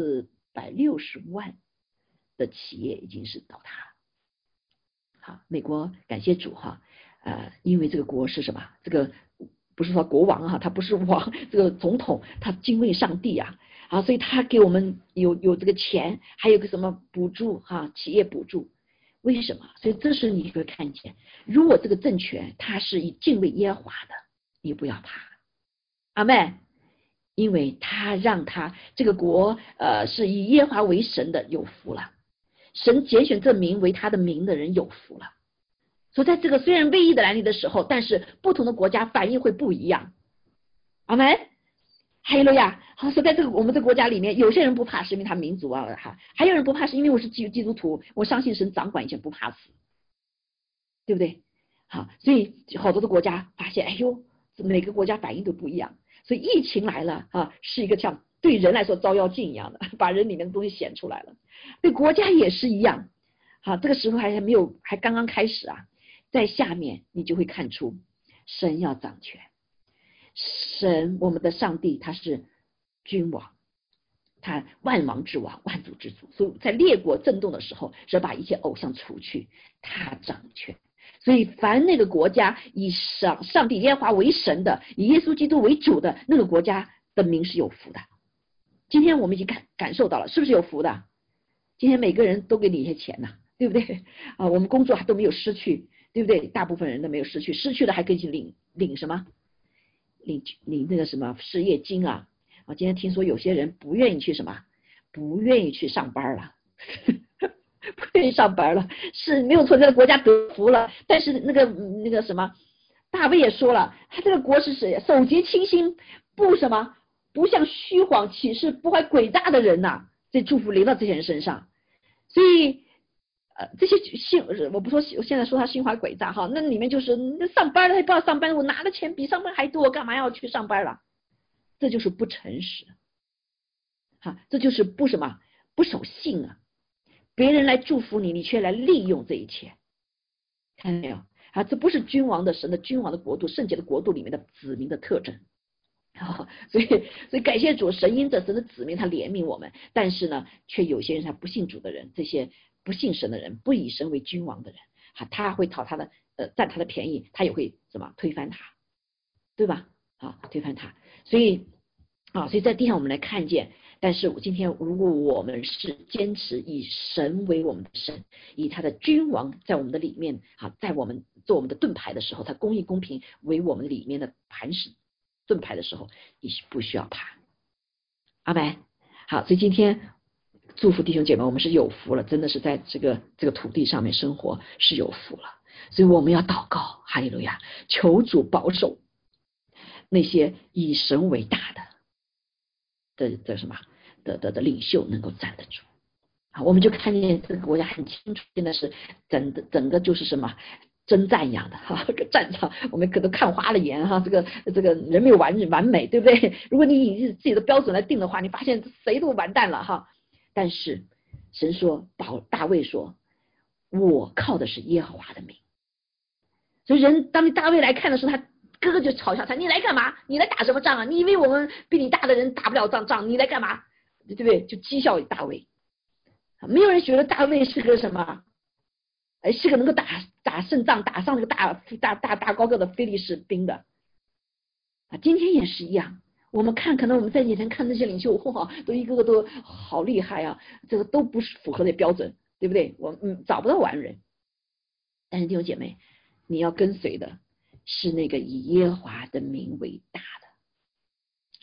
460万的企业已经是倒塌了。好，美国感谢主哈，因为这个国是什么？这个不是说国王哈，他不是王，这个总统他敬畏上帝啊，所以他给我们有这个钱，还有个什么补助哈，企业补助。为什么？所以这时你会看见，如果这个政权他是以敬畏耶和华的，你不要怕，阿们。因为他让他这个国是以耶和华为神的，有福了。神拣选这名为他的名的人有福了。所以在这个虽然瘟疫的来临的时候，但是不同的国家反应会不一样。阿们，哈利路亚。好，所以在这个我们这个国家里面，有些人不怕是因为他民族啊，还有人不怕是因为我是基督徒，我相信神掌管一切，不怕死，对不对？好，所以好多的国家发现，哎呦，每个国家反应都不一样。所以疫情来了是一个像对人来说照妖镜一样的，把人里面的东西显出来了。对国家也是一样。好，这个时候还刚刚开始啊，在下面你就会看出神要掌权。神，我们的上帝他是君王，他万王之王，万主之主。所以在列国震动的时候，是把一切偶像除去，他掌权。所以凡那个国家以上帝耶和华为神的，以耶稣基督为主的那个国家的民是有福的。今天我们已经感受到了，是不是有福的？今天每个人都给你一些钱呐，对不对啊？我们工作还都没有失去，对不对？大部分人都没有失去，失去的还可以去领什么？领那个什么失业金啊！今天听说有些人不愿意去什么，不愿意去上班了。不愿意上班了，是没有错，这个国家得福了。但是那个什么，大卫也说了，他这个国是谁？守节清心，不什么，不像虚谎启示、不怀诡诈的人呐。这祝福临到这些人身上。所以这些我不说现在说他心怀诡诈哈，那里面就是那上班了还不要上班，我拿的钱比上班还多，我干嘛要去上班了？这就是不诚实，这就是不什么不守信啊。别人来祝福你，你却来利用这一切，看到没有？这不是君王的神的君王的国度、圣洁的国度里面的子民的特征。所以感谢主，神因着神的子民他怜悯我们，但是呢，却有些人他不信主的人，这些不信神的人，不以神为君王的人，他会讨他的占他的便宜，他也会什么推翻他，对吧？推翻他。所以在地上我们来看见。但是今天如果我们是坚持以神为我们的神，以他的君王在我们的里面，在我们做我们的盾牌的时候，他公义公平为我们里面的磐石盾牌的时候，你不需要怕。阿们。好，所以今天祝福弟兄姐妹，我们是有福了，真的是在这个土地上面生活是有福了。所以我们要祷告，哈利路亚，求主保守那些以神为大的什么的领袖能够站得住。我们就看见这个国家很清楚，现在是整个就是什么征战一样的这个战场，我们可都看花了眼这个人没有完美，对不对？如果你以自己的标准来定的话，你发现谁都完蛋了但是神说，大卫说，我靠的是耶和华的名。所以当大卫来看的时候，他哥哥就嘲笑他，你来干嘛？你来打什么仗啊？你以为我们比你大的人打不了仗，你来干嘛？对不对？就讥笑大卫。没有人觉得大卫是个什么，是个能够打胜仗、打上那个大高个的非利士兵的。今天也是一样，我们看，可能我们在以前看那些领袖，都一个个都好厉害啊，这个都不是符合的标准，对不对？我找不到完人。但是弟兄姐妹，你要跟随的是那个以耶和华的名为大的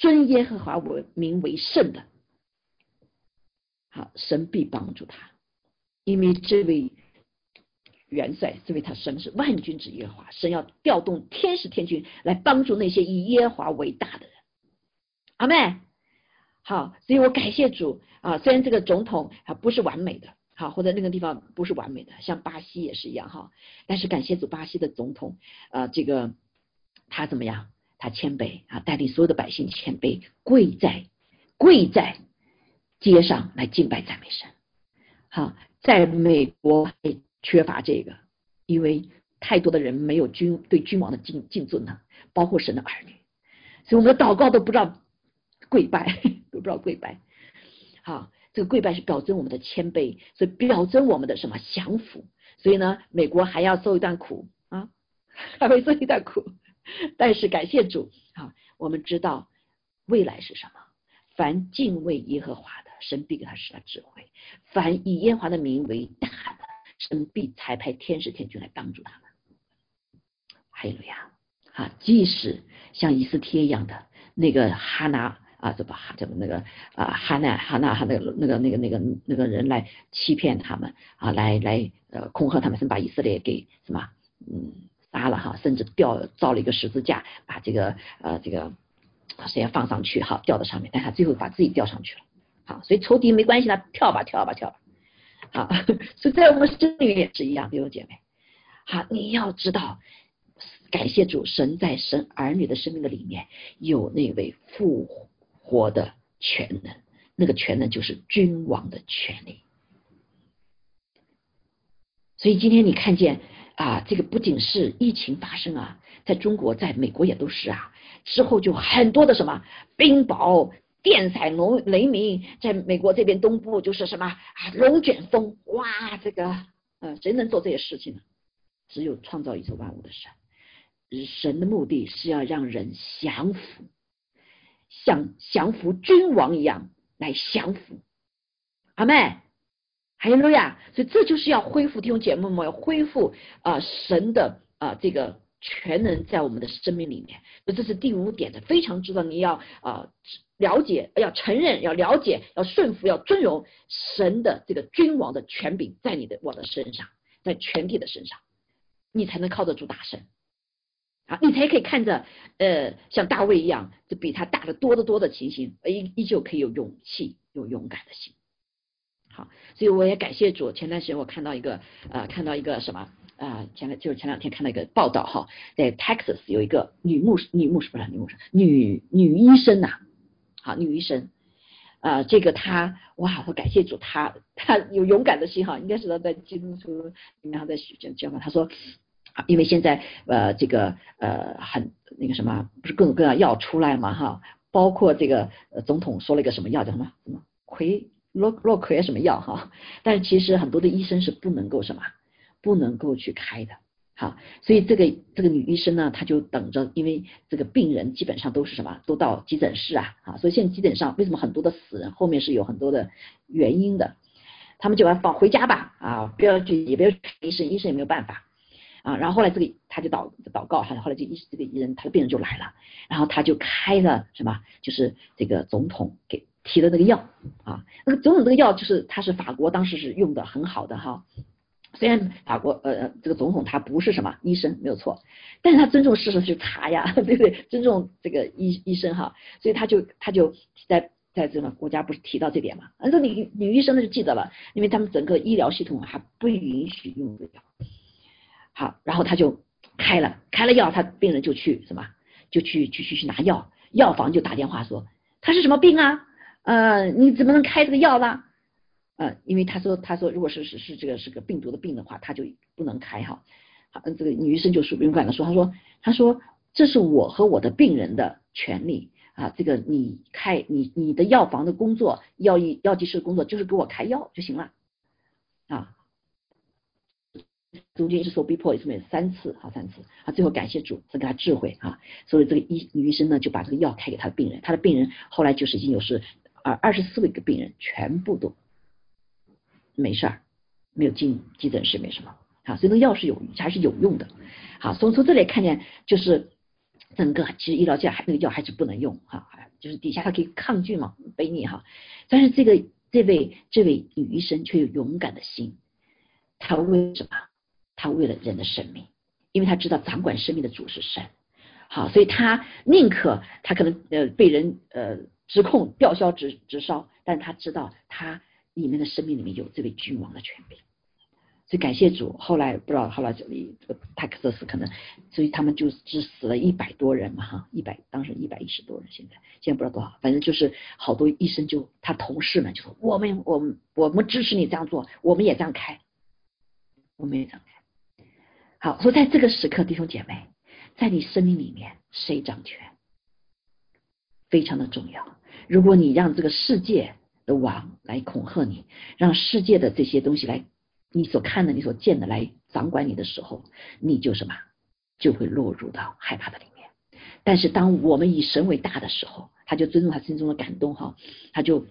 尊耶和华名为圣的，好，神必帮助他，因为这位元帅，这位他神是万军之耶和华，神要调动天使天军来帮助那些以耶和华为大的人。阿们。好，所以我感谢主啊，虽然这个总统不是完美的，好，或者那个地方不是完美的，像巴西也是一样哈，但是感谢主，巴西的总统这个他怎么样？他谦卑啊，带领所有的百姓谦卑，跪在街上来敬拜赞美神。好，在美国也缺乏这个，因为太多的人没有对君王的敬尊呢，包括神的儿女，所以我们的祷告都不知道跪拜，都不知道跪拜。好，这个跪拜是表征我们的谦卑，所以表征我们的什么降服。所以呢，美国还要受一段苦啊，还会受一段苦，但是感谢主啊，我们知道未来是什么。凡敬畏耶和华的，神必给他施他智慧；凡以耶和华的名为大的，神必差派天使天军来帮助他们。哈利路亚！啊，即使像以斯帖一样的那个哈拿啊，这不那个哈拿那个人来欺骗他们啊，来恐吓他们，甚至把以色列给什么杀了哈，甚至造了一个十字架，把这个谁要放上去哈，吊在上面，但他最后把自己吊上去了。好，所以仇敌没关系，他跳吧。好，所以在我们生命也是一样，弟兄姐妹。好，你要知道，感谢主，神在神儿女的生命的里面有那位复活的全能，那个全能就是君王的权利。所以今天你看见这个不仅是疫情发生啊，在中国在美国也都是啊，之后就很多的什么冰雹电闪雷鸣，在美国这边东部就是什么龙卷风，哇，这个谁能做这些事情呢？只有创造宇宙万物的神。神的目的是要让人降服，像降服君王一样来降服。阿们，哈利路亚！所以这就是要恢复弟兄姐妹们，要恢复神的这个全能在我们的生命里面。这是第5点的，非常知道你要了解，要承认，要了解，要顺服，要尊荣神的这个君王的权柄在我的身上，在全体的身上，你才能靠得住大胜。你才可以看着像大卫一样，这比他大得多得多的情形，依旧可以有勇气，有勇敢的心。好，所以我也感谢主。前段时间我看到一个什么前2天看到一个报道哈，在 Texas 有一个女医生呐，好，女医生这个她哇，我感谢主，她有勇敢的心哈，应该是她在基督徒里面在讲嘛，她说。因为现在这个很那个什么，不是各种各样药出来嘛哈，包括这个总统说了一个什么药叫什么洛葵什么药哈，但是其实很多的医生是不能够去开的。好，所以这个女医生呢，她就等着，因为这个病人基本上都是什么，都到急诊室所以现在急诊上为什么很多的死人后面是有很多的原因的，他们就要放回家吧不要去，也不要去看医生也没有办法。然后后来他就祷告，后来这个医生他的病人就来了，然后他就开了什么，就是这个总统给提的那个药那个总统这个药就是他是法国当时是用的很好的哈，虽然法国这个总统他不是什么医生没有错，但是他尊重事实去查呀，对不对？尊重这个医生哈，所以他就在这个国家不是提到这点嘛，这女医生呢就记得了，因为他们整个医疗系统还不允许用这个药。好，然后他就开了药，他病人就去什么，就去拿药，药房就打电话说他是什么病你怎么能开这个药呢？因为他说如果是这个是个病毒的病的话，他就不能开哈。这个女医生就勇敢的说，他说这是我和我的病人的权利这个你的药房的工作，药剂师的工作就是给我开药就行了中间是受逼迫，也是3次最后感谢主赐给他智慧所以这个女医生呢就把这个药开给他的病人，他的病人后来就是已经有24位个病人全部都没事儿，没有进急诊室，没什么所以这个药还是有用的从这里看见就是整个其实医疗界那个药还是不能用哈，就是底下它可以抗拒嘛，悖逆哈。但是这位女医生却有勇敢的心，她为什么？她为了人的生命，因为她知道掌管生命的主是神。好，所以她宁可她可能被人指控吊销职烧，但她知道她里面的生命里面有这位君王的权柄。所以感谢主，后来不知道后来这里这个泰克萨斯可能，所以他们就只死了100多人嘛哈，100当时110多人，现在不知道多少，反正就是好多医生就他同事们就说我们支持你这样做，我们也这样开，我们也这样开。好，所以在这个时刻，弟兄姐妹，在你生命里面谁掌权，非常的重要。如果你让这个世界的王来恐吓你，让世界的这些东西来。你所看的、你所见的来掌管你的时候，你就什么就会落入到害怕的里面。但是当我们以神为大的时候，他就尊重他心中的感动哈，他就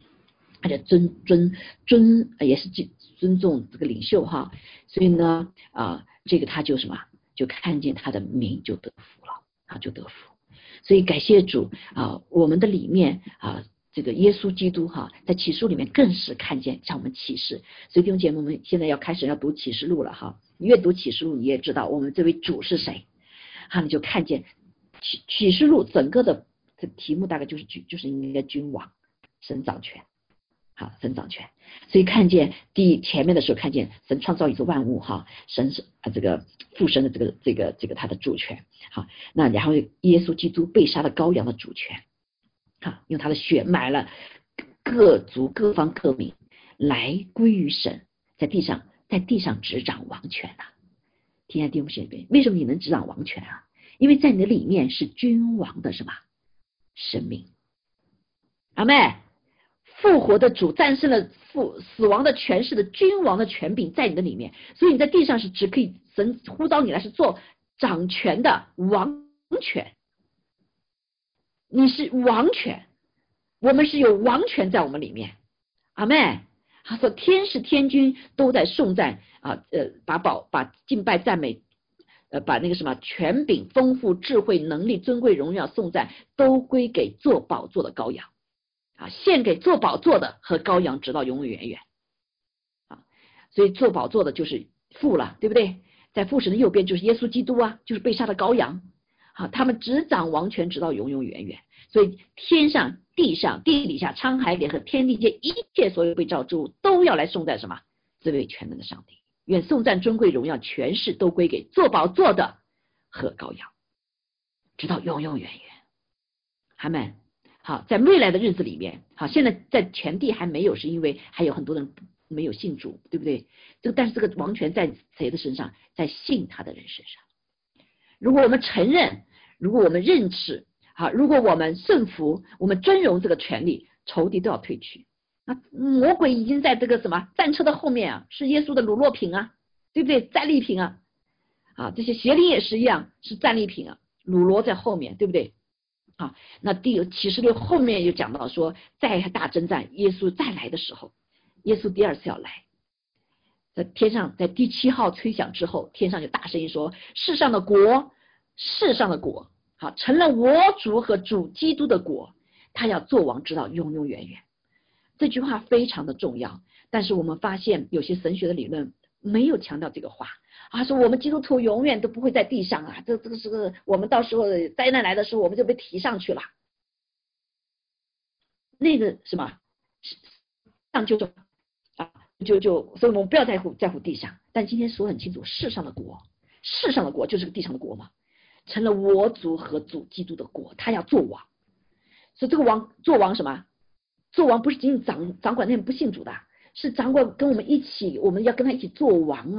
也是尊重这个领袖哈，所以呢这个他就什么就看见他的名就得福了啊，就得福。所以感谢主我们的里面这个耶稣基督在启示录里面更是看见向我们启示。所以弟兄姐妹，我们现在要开始要读启示录了哈。你越读启示录，你也知道我们这位主是谁你就看见启示录整个的这题目大概就是应该君王，神掌权，神掌权。所以看见前面的时候看见神创造宇宙万物神是这个父神的这个他的主权那然后耶稣基督被杀的羔羊的主权用他的血买了各族各方各民来归于神，在地上执掌王权亲爱的弟兄姐妹，为什么你能执掌王权因为在你的里面是君王的什么生命。阿们，复活的主战胜了死亡的权势的君王的权柄在你的里面，所以你在地上是只可以神呼召你来是做掌权的王权，你是王权，我们是有王权在我们里面。阿们，他说天使天君都在颂赞把敬拜赞美把那个什么权柄丰富智慧能力尊贵荣耀颂赞都归给坐宝座的羔羊献给坐宝座的和羔羊直到永永远远所以坐宝座的就是父了，对不对？在父神的右边就是耶稣基督就是被杀的羔羊他们执掌王权直到永永远远。所以天上地上地底下沧海里和天地间一切所有被造之物都要来颂赞什么？这位全能的上帝。愿颂赞尊贵荣耀权势都归给坐宝座的和羔羊直到永永远远。阿们。好，在未来的日子里面现在在全地还没有，是因为还有很多人没有信主，对不对？但是这个王权在谁的身上？在信他的人身上。如果我们承认，如果我们认识如果我们顺服，我们尊荣这个权利，仇敌都要退去。魔鬼已经在这个什么战车的后面是耶稣的掳落品对不对？战利品这些邪灵也是一样，是战利品掳罗在后面，对不对？那启示录后面又讲到说，在大征战耶稣再来的时候，耶稣第二次要来，在天上在第7号吹响之后，天上就大声音说，世上的国成了我主和主基督的国，他要做王直到永永远远。这句话非常的重要，但是我们发现有些神学的理论没有强调这个话说我们基督徒永远都不会在地上这个是我们到时候灾难来的时候我们就被提上去了，那个什么所以我们不要在乎地上。但今天说很清楚，世上的国就是个地上的国嘛，成了我主和主基督的国，他要做王。所以这个做王什么？做王不是仅仅掌管那些不信主的，是掌管跟我们一起，我们要跟他一起做王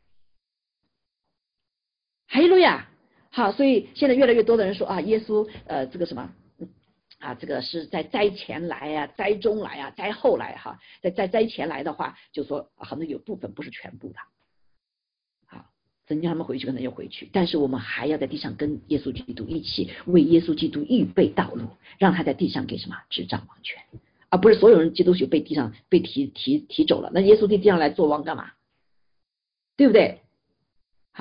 哈利路亚。好，所以现在越来越多的人说耶稣这个什么这个是在灾前来灾中来灾后来在灾前来的话，就说可能有部分不是全部的。神叫他们回去，可能又回去，但是我们还要在地上跟耶稣基督一起为耶稣基督预备道路，让他在地上给什么执掌王权，而不是所有人基督徒被地上被提走了，那耶稣在地上来做王干嘛？对不对？好，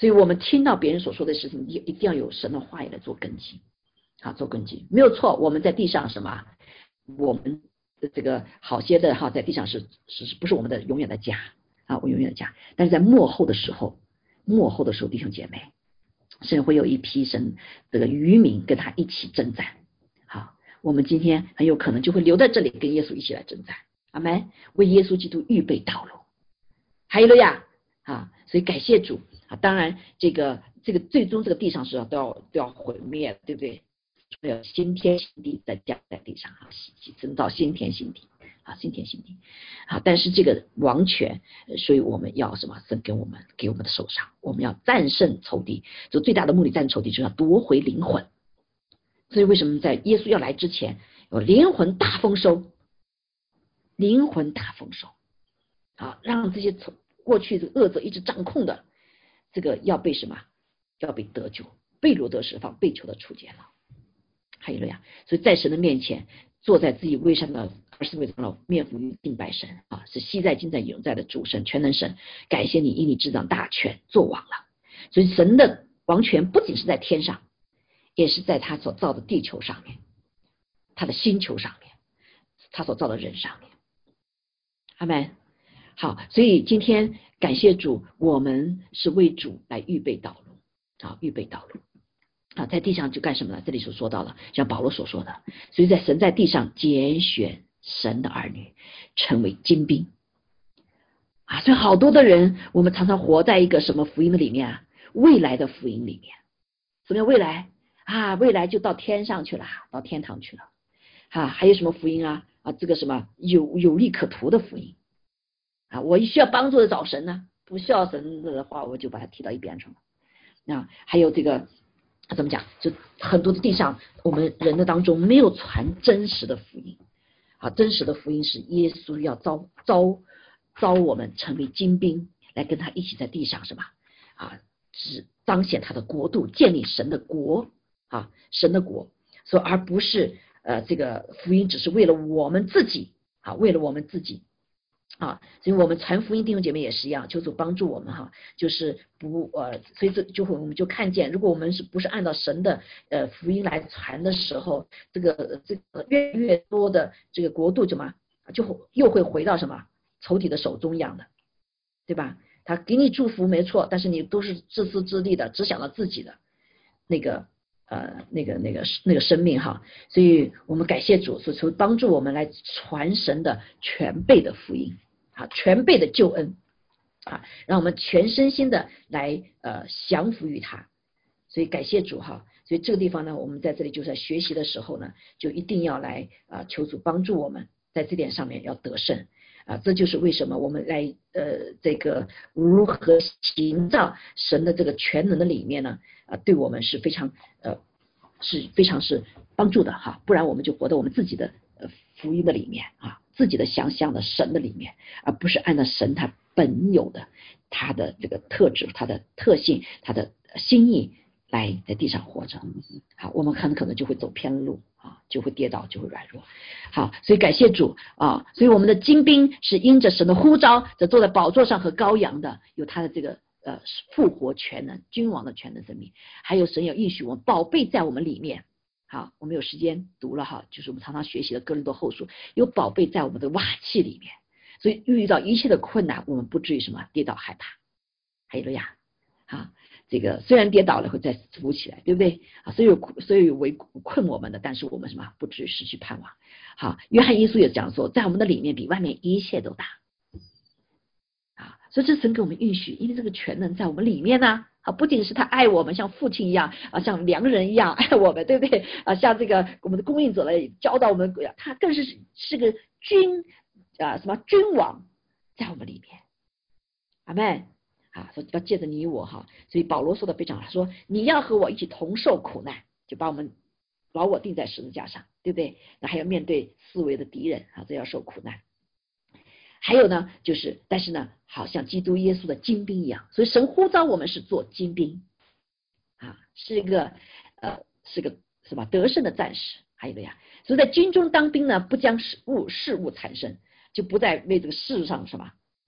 所以我们听到别人所说的事情，一定要有神的话语来做根基，好，做根基没有错。我们在地上什么，我们的这个好些的哈，在地上是不是我们的永远的家啊？我永远的家。但是在末后的时候，弟兄姐妹，神会有一批神这个渔民跟他一起征战。好，我们今天很有可能就会留在这里，跟耶稣一起来征战。阿们，为耶稣基督预备道路。哈利路亚啊！所以感谢主啊！当然，这个最终这个地上是都要毁灭，对不对？要新天新地再降在地上啊，真到新天新地啊，新天新地啊！但是这个王权，所以我们要什么？神给我们的手上，我们要战胜仇敌。就最大的目的，战胜仇敌，就是要夺回灵魂。所以为什么在耶稣要来之前，有灵魂大丰收？灵魂大丰收啊！让这些过去的恶者一直掌控的，这个要被什么？要被得救，被掳得释放，被囚的出监了。哈利路亚！所以在神的面前，坐在自己位上的24位长老，面伏于敬拜神啊，是昔在今在永在的主神，全能神。感谢你，因你执掌大权，做王了。所以神的王权不仅是在天上，也是在他所造的地球上面，他的星球上面，他所造的人上面。阿们。好，所以今天感谢主，我们是为主来预备道路啊，预备道路啊，在地上就干什么呢？这里所说到了，像保罗所说的，所以在神在地上拣选神的儿女，成为精兵啊。所以好多的人，我们常常活在一个什么福音的里面啊？未来的福音里面。什么叫未来啊？未来就到天上去了，到天堂去了啊。还有什么福音啊？这个什么有利可图的福音啊，我需要帮助的找神呢，不需要神的话，我就把它踢到一边去了啊。还有这个怎么讲？就很多的地上，我们人的当中没有传真实的福音啊。真实的福音是耶稣要招我们成为精兵，来跟他一起在地上什么啊？只彰显他的国度，建立神的国啊，神的国。所以而不是这个福音只是为了我们自己啊，为了我们自己。所以我们传福音弟兄姐妹也是一样，求主帮助我们哈，就是所以这就会我们就看见，如果我们不是按照神的福音来传的时候，这个越来越多的这个国度怎么就又会回到什么仇敌的手中一样的，对吧？他给你祝福没错，但是你都是自私自利的，只想到自己的那个生命哈。所以我们感谢主，所求帮助我们来传神的全备的福音啊，全备的救恩啊，让我们全身心的来降服于他。所以感谢主哈。所以这个地方呢，我们在这里就在学习的时候呢，就一定要来求主帮助我们在这点上面要得胜啊。这就是为什么我们来这个如何行造神的这个全能的里面呢对我们是非常是帮助的哈。不然我们就活在我们自己的福音的里面啊，自己的想象的神的里面，而不是按照神他本有的他的这个特质、他的特性、他的心意来在地上活着。好，我们很可能就会走偏路啊，就会跌倒，就会软弱。好，所以感谢主啊。所以我们的精兵是因着神的呼召，这坐在宝座上和羔羊的，有他的这个复活全能、君王的全能生命，还有神要应许我们宝贝在我们里面。好，我们有时间读了哈，就是我们常常学习的哥林多后书，有宝贝在我们的瓦器里面，所以遇到一切的困难，我们不至于什么跌倒害怕。哈利路亚啊！这个虽然跌倒了会再扶起来，对不对啊？所以围困我们的，但是我们什么不至于失去盼望。好，约翰一书也讲说，在我们的里面比外面一切都大啊！所以这神给我们允许，因为这个全能在我们里面呢。不仅是他爱我们，像父亲一样像良人一样爱我们，对不对像这个我们的供应者来教导我们，他更是个什么君王在我们里面。阿们说要借着你我哈。所以保罗说的非常好，说你要和我一起同受苦难，就把我们老我钉在十字架上，对不对？那还要面对四围的敌人这要受苦难。还有呢，就是但是呢，好像基督耶稣的精兵一样，所以神呼召我们是做精兵是一个是吧得胜的战士。还有呀，所以在军中当兵呢，不将事物缠身，就不再为这个世上什么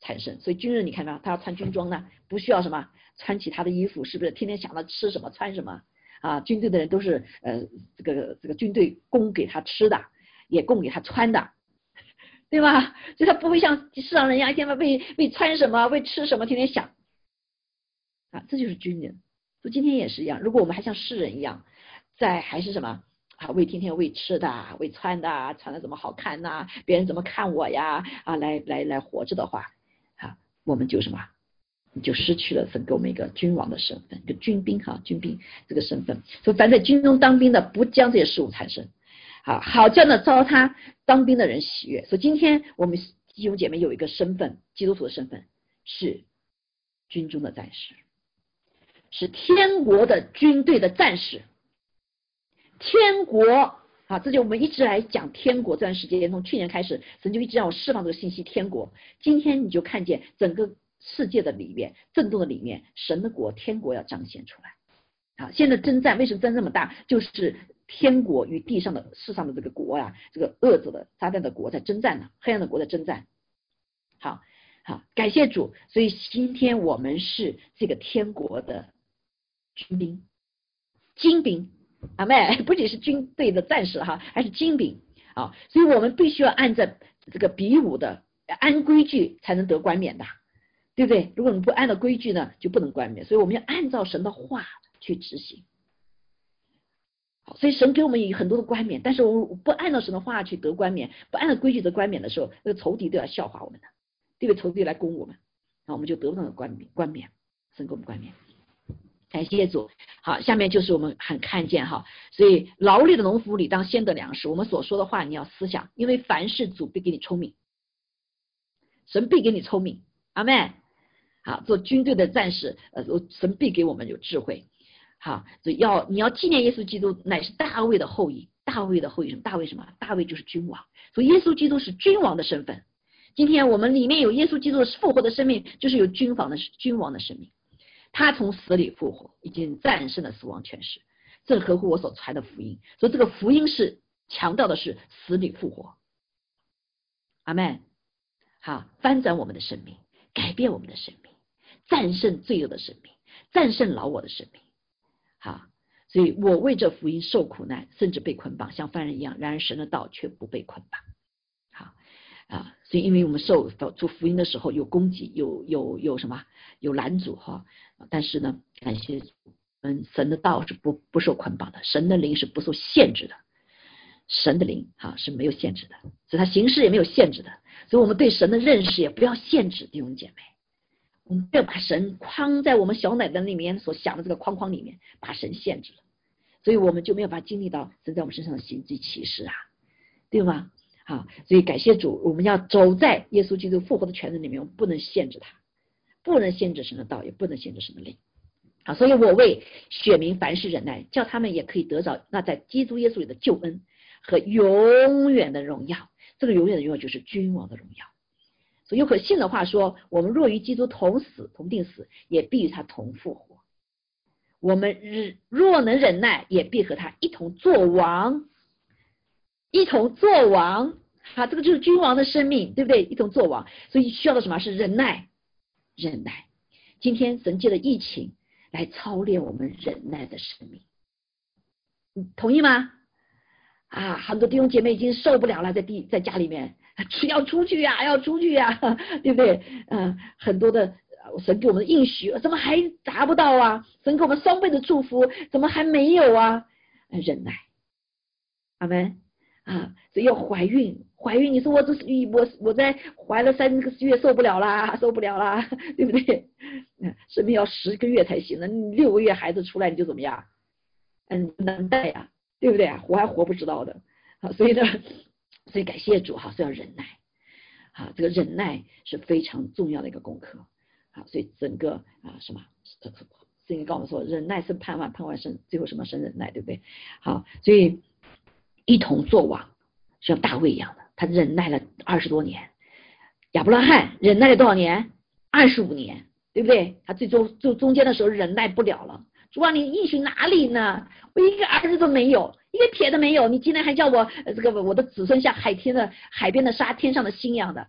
产生。所以军人你看到他要穿军装呢，不需要什么穿其他的衣服，是不是天天想着吃什么穿什么啊？军队的人都是这个军队供给他吃的，也供给他穿的，对吧？所以他不会像世上人一样一天为穿什么为吃什么天天想啊，这就是军人。所以今天也是一样，如果我们还像世人一样，还是什么啊，天天为吃的为穿的，穿的怎么好看呐，别人怎么看我呀啊，来活着的话啊，我们就什么就失去了神给我们一个君王的身份，一个军兵军兵这个身份。所以凡在军中当兵的，不将这些事物产生，好叫呢招他当兵的人喜悦。所以今天我们弟兄姐妹有一个身份，基督徒的身份是军中的战士，是天国的军队的战士。天国这就我们一直来讲天国。这段时间从去年开始，神就一直让我释放这个信息，天国。今天你就看见整个世界的里面，震动的里面，神的国天国要彰显出来。现在征战为什么征这么大，就是天国与地上的世上的这个国这个恶者的撒旦的国在征战呢，黑暗的国在征战。好，感谢主。所以今天我们是这个天国的军兵、精兵，阿们，不仅是军队的战士还是精兵所以我们必须要按照这个比武的按规矩才能得冠冕的，对不对？如果你不按照规矩呢，就不能冠冕。所以我们要按照神的话去执行。所以神给我们有很多的冠冕，但是我们不按照神的话去得冠冕，不按照规矩得冠冕的时候，那个仇敌都要笑话我们的，对不对？仇敌来攻我们，我们就得不到那个冠冕，神给我们冠冕。感谢主。好，下面就是我们很看见所以劳力的农夫理当先得粮食。我们所说的话你要思想，因为凡事主必给你聪明，神必给你聪明，阿们。好，做军队的战士，神必给我们有智慧。好，所以你要纪念耶稣基督乃是大卫的后裔。大卫的后裔什么？大卫什么？大卫就是君王。所以耶稣基督是君王的身份。今天我们里面有耶稣基督的复活的生命，就是有君王的生命。他从死里复活，已经战胜了死亡权势，正合乎我所传的福音。所以这个福音是强调的是死里复活，阿们。好，翻转我们的生命，改变我们的生命，战胜罪恶的生命，战胜老我的生命。好，所以我为这福音受苦难，甚至被捆绑，像犯人一样，然而神的道却不被捆绑。好所以因为我们受主福音的时候有攻击，有什么，有拦阻但是呢，感谢神的道是不受捆绑的，神的灵是不受限制的，神的灵是没有限制的，所以他行事也没有限制的。所以我们对神的认识也不要限制，弟兄姐妹，我们不要把神框在我们小脑袋里面所想的这个框里面，把神限制了，所以我们就没有办法经历到神在我们身上的神迹奇事对吗？好，所以感谢主，我们要走在耶稣基督复活的权能里面，我们不能限制他，不能限制神的道，也不能限制神的灵。好，所以我为选民凡事忍耐，叫他们也可以得着那在基督耶稣里的救恩和永远的荣耀。这个永远的荣耀就是君王的荣耀。所以有可信的话说，我们若与基督同死同定死，也必与他同复活。我们若能忍耐，也必和他一同作王。一同作王，这个就是君王的生命，对不对？一同作王，所以需要的什么？是忍耐。今天神借着疫情来操练我们忍耐的生命，你同意吗？很多弟兄姐妹已经受不了了，在家里面要出去要出去对不对？很多的神给我们的应许怎么还达不到神给我们双倍的祝福怎么还没有忍耐，阿们。所以要怀孕，你说我在怀了3个月受不了啦，对不对？生命要10个月才行，那6个月孩子出来你就怎么样？难带对不对？活还活不知道的。所以感谢主所以要忍耐。这个忍耐是非常重要的一个功课。所以整个什么？圣经告诉我们说，忍耐生盼望，盼望生最后什么生忍耐，对不对？好，所以一同作王，像大卫一样的，他忍耐了20多年。亚伯拉罕忍耐了多少年？25年，对不对？他最终就中间的时候忍耐不了了。主啊，你应许哪里呢？我一个儿子都没有，一个铁都没有，你今天还叫我我的子孙像海边的沙，天上的星一样的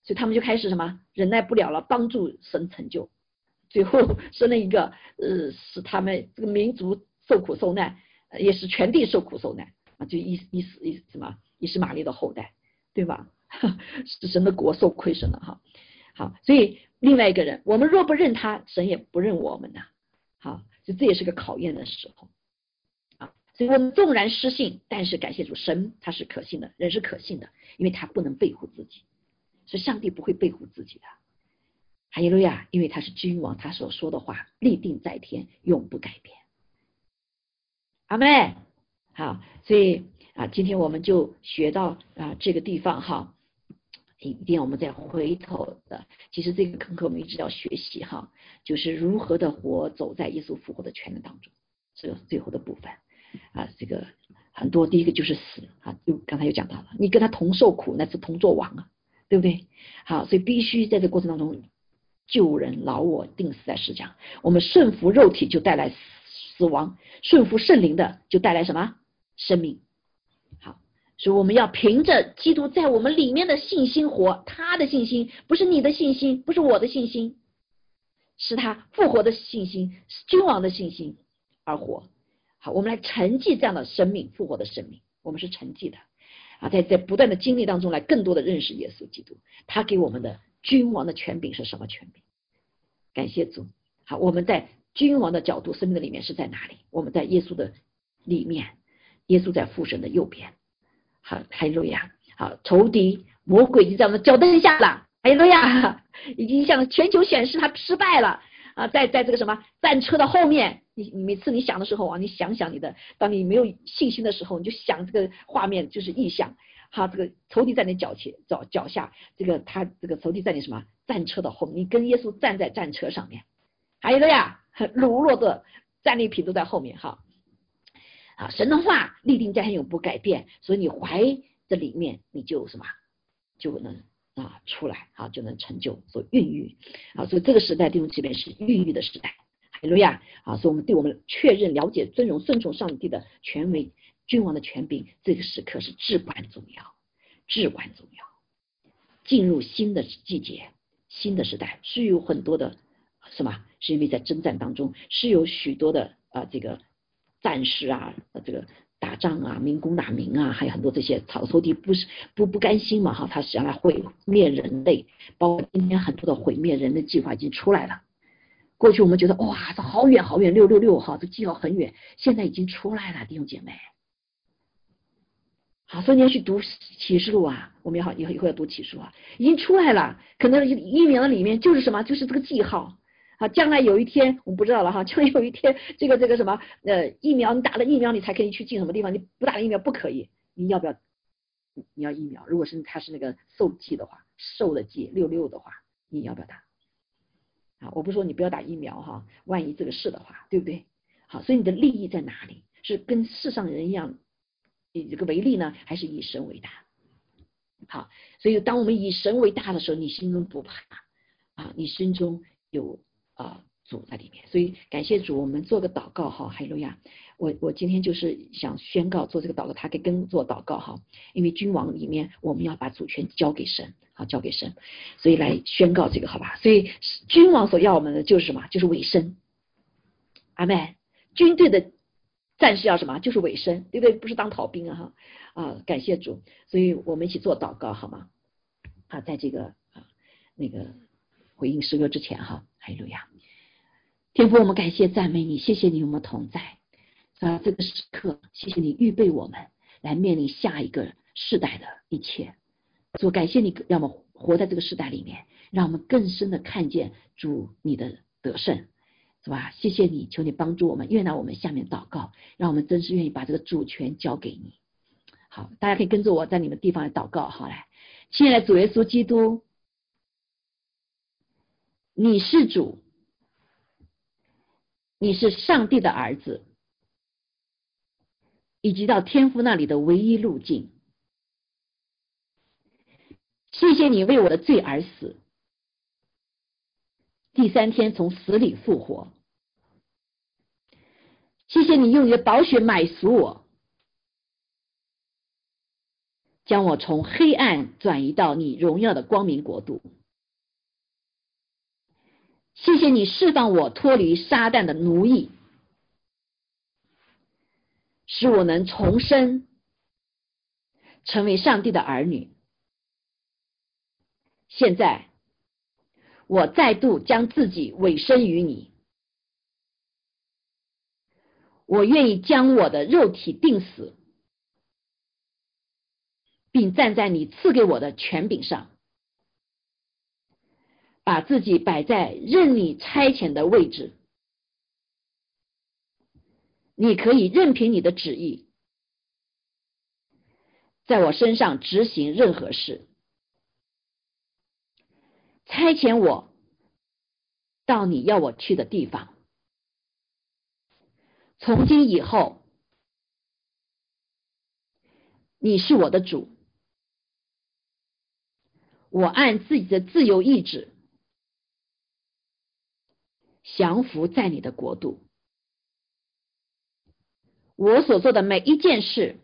所以他们就开始什么忍耐不了了，帮助神成就，最后生了一个使他们这个民族受苦受难，也是全地受苦受难啊，就什么以实玛利的后代，对吧？使神的国受亏损了哈。好，所以另外一个人，我们若不认他，神也不认我们呐。好，所以这也是个考验的时候啊。所以我们纵然失信，但是感谢主，神他是可信的，人是可信的，因为他不能背负自己，所以上帝不会背负自己的。哈利路亚，因为他是君王，他所说的话立定在天，永不改变。阿们。好，所以今天我们就学到这个地方哈，一定我们再回头的。其实这个功课我们一直要学习哈，就是如何的活走在耶稣复活的全能当中，这个最后的部分这个很多第一个就是死就刚才又讲到了，你跟他同受苦，那是同作王对不对？好，所以必须在这个过程当中救人劳我，定死在世上。我们顺服肉体就带来死亡，顺服圣灵的就带来什么？生命。好，所以我们要凭着基督在我们里面的信心活，他的信心不是你的信心，不是我的信心，是他复活的信心，是君王的信心而活。好，我们来承继这样的生命，复活的生命，我们是承继的在不断的经历当中来更多的认识耶稣基督，他给我们的君王的权柄是什么权柄？感谢主。好，我们在君王的角度，生命的里面是在哪里？我们在耶稣的里面，耶稣在父神的右边。好，哈利路亚。好，仇敌魔鬼已经在我们脚蹬下了，哈利路亚，已经向全球显示他失败了在这个什么战车的后面，你每次你想的时候你想想当你没有信心的时候，你就想这个画面就是意象。好，这个仇敌在你脚下，这个仇敌在你什么战车的后面，你跟耶稣站在战车上面，哈利路亚，如若的战利品都在后面神的话立定在天，永不改变，所以你怀的里面你就什么就能出来就能成就所孕育所以这个时代弟兄姐妹是孕育的时代，哈利路亚所以我们对我们确认了解尊荣顺从上帝的权威君王的权柄，这个时刻是至关重要。进入新的季节，新的时代是有很多的什么，是因为在征战当中是有许多的这个战士这个打仗民攻打民还有很多这些仇敌不甘心嘛他想来毁灭人类，包括今天很多的毁灭人的计划已经出来了。过去我们觉得哇，这好远好远，666这计划很远，现在已经出来了，弟兄姐妹。好，所以你要去读启示录我们以后要读启示录已经出来了，可能疫苗里面就是什么，就是这个记号将来有一天我们不知道了将来有一天这个什么疫苗，你打了疫苗你才可以去进什么地方，你不打疫苗不可以。你要不要？你要疫苗，如果是它是那个受剂的话，受的剂66的话，你要不要打我不说你不要打疫苗万一这个是的话，对不对？好，所以你的利益在哪里？是跟世上人一样以这个为例呢，还是以神为大？好，所以当我们以神为大的时候，你心中不怕你心中有主在里面。所以感谢主，我们做个祷告哈利路亚。我今天就是想宣告做这个祷告，他可以跟做祷告因为君王里面我们要把主权交给神交给神，所以来宣告这个好吧。所以君王所要我们的就是什么？就是委身。阿们。军队的战士要什么？就是委身，对不对？不是当逃兵感谢主。所以我们一起做祷告好吗？在这个那个回应诗歌之前哈利路亚。天父，我们感谢赞美你，谢谢你与我们同在这个时刻，谢谢你预备我们来面临下一个世代的一切。主，感谢你让我们活在这个世代里面，让我们更深的看见主你的得胜，是吧？谢谢你，求你帮助我们，愿让我们下面祷告，让我们真是愿意把这个主权交给你。好，大家可以跟着我在你们地方来祷告来。亲爱的主耶稣基督，你是主，你是上帝的儿子，以及到天父那里的唯一路径。谢谢你为我的罪而死，第3天从死里复活。谢谢你用你的宝血买赎我， 将我从黑暗转移到你荣耀的光明国度。谢谢你释放我脱离撒旦的奴役，使我能重生，成为上帝的儿女。现在我再度将自己委身于你，我愿意将我的肉体钉死，并站在你赐给我的权柄上，把自己摆在任你差遣的位置。你可以任凭你的旨意，在我身上执行任何事，差遣我到你要我去的地方。从今以后，你是我的主，我按自己的自由意志降服在你的国度。我所做的每一件事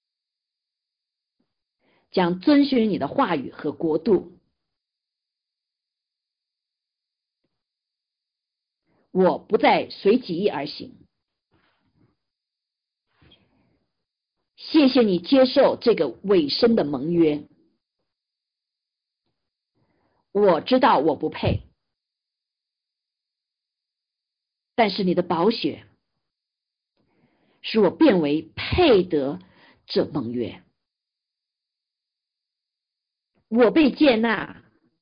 将遵循你的话语和国度。我不再随己意而行。谢谢你接受这个委身的盟约。我知道我不配，但是你的宝血使我变为配得这盟约。我被接纳，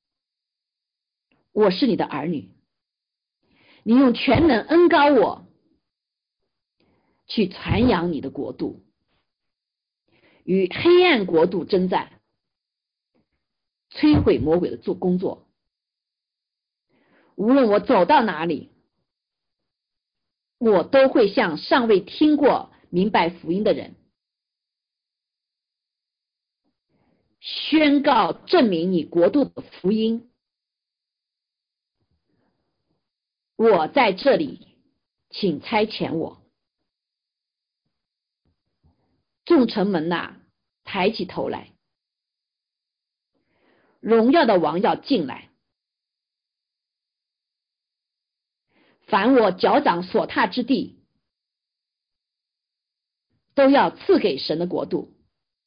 我是你的儿女。你用全能恩膏我，去传扬你的国度，与黑暗国度征战，摧毁魔鬼的工作。无论我走到哪里，我都会向尚未听过明白福音的人宣告证明你国度的福音。我在这里，请差遣我。众城门哪，抬起头来，荣耀的王要进来。凡我脚掌所踏之地，都要赐给神的国度。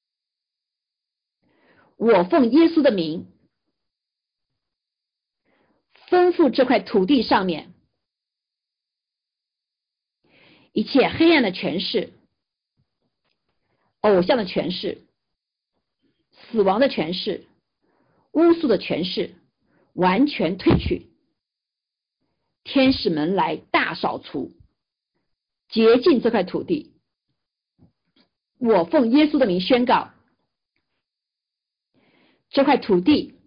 我奉耶稣的名，吩咐这块土地上面一切黑暗的权势、偶像的权势、死亡的权势、巫术的权势完全退去。天使们来大扫除，洁净这块土地。我奉耶稣的名宣告，这块土地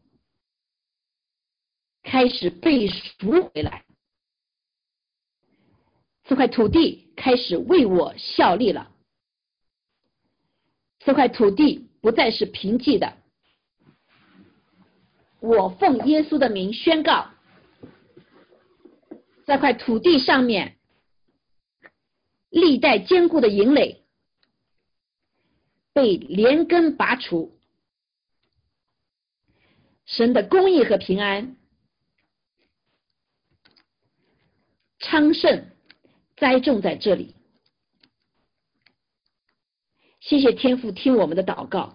开始被赎回来，这块土地开始为我效力了，这块土地不再是贫瘠的。我奉耶稣的名宣告，这块土地上面历代坚固的营垒被连根拔除，神的公义和平安昌盛栽种在这里。谢谢天父听我们的祷告，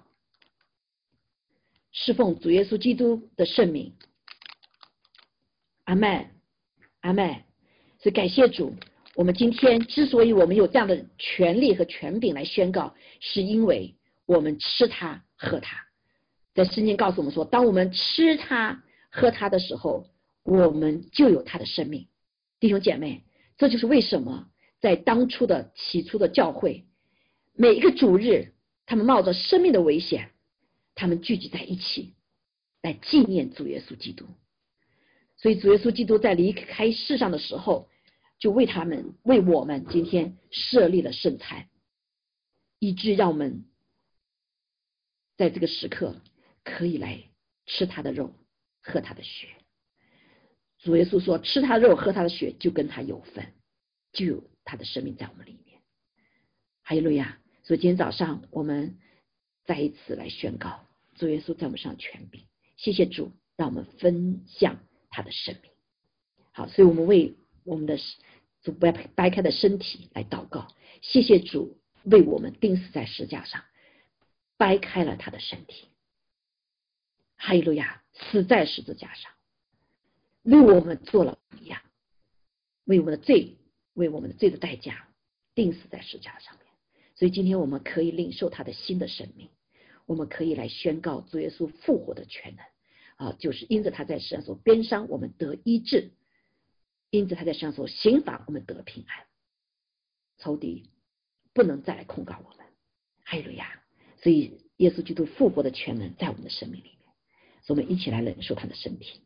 侍奉主耶稣基督的圣名，阿们，阿们。所以感谢主，我们今天之所以我们有这样的权利和权柄来宣告，是因为我们吃它喝它。在圣经告诉我们说，当我们吃它喝它的时候，我们就有它的生命。弟兄姐妹，这就是为什么在当初的起初的教会，每一个主日他们冒着生命的危险，他们聚集在一起来纪念主耶稣基督。所以主耶稣基督在离开世上的时候，就为我们今天设立了圣餐，以致让我们在这个时刻可以来吃他的肉，喝他的血。主耶稣说，吃他的肉喝他的血就跟他有份，就有他的生命在我们里面。哈利路亚。所以今天早上我们再一次来宣告主耶稣在我们上权柄。谢谢主，让我们分享他的生命。好，所以我们为我们的主掰开的身体来祷告。谢谢主为我们钉死在十字架上，掰开了他的身体。哈利路亚，死在十字架上，为我们做了榜样，为我们的罪的代价钉死在十字架上面。所以今天我们可以领受他的新的生命，我们可以来宣告主耶稣复活的全能就是因着他在世上所鞭伤，我们得医治；因着他在世上所刑罚，我们得平安。仇敌不能再来控告我们。哈利路亚！所以耶稣基督复活的全能在我们的生命里面，所以我们一起来忍受他的身体。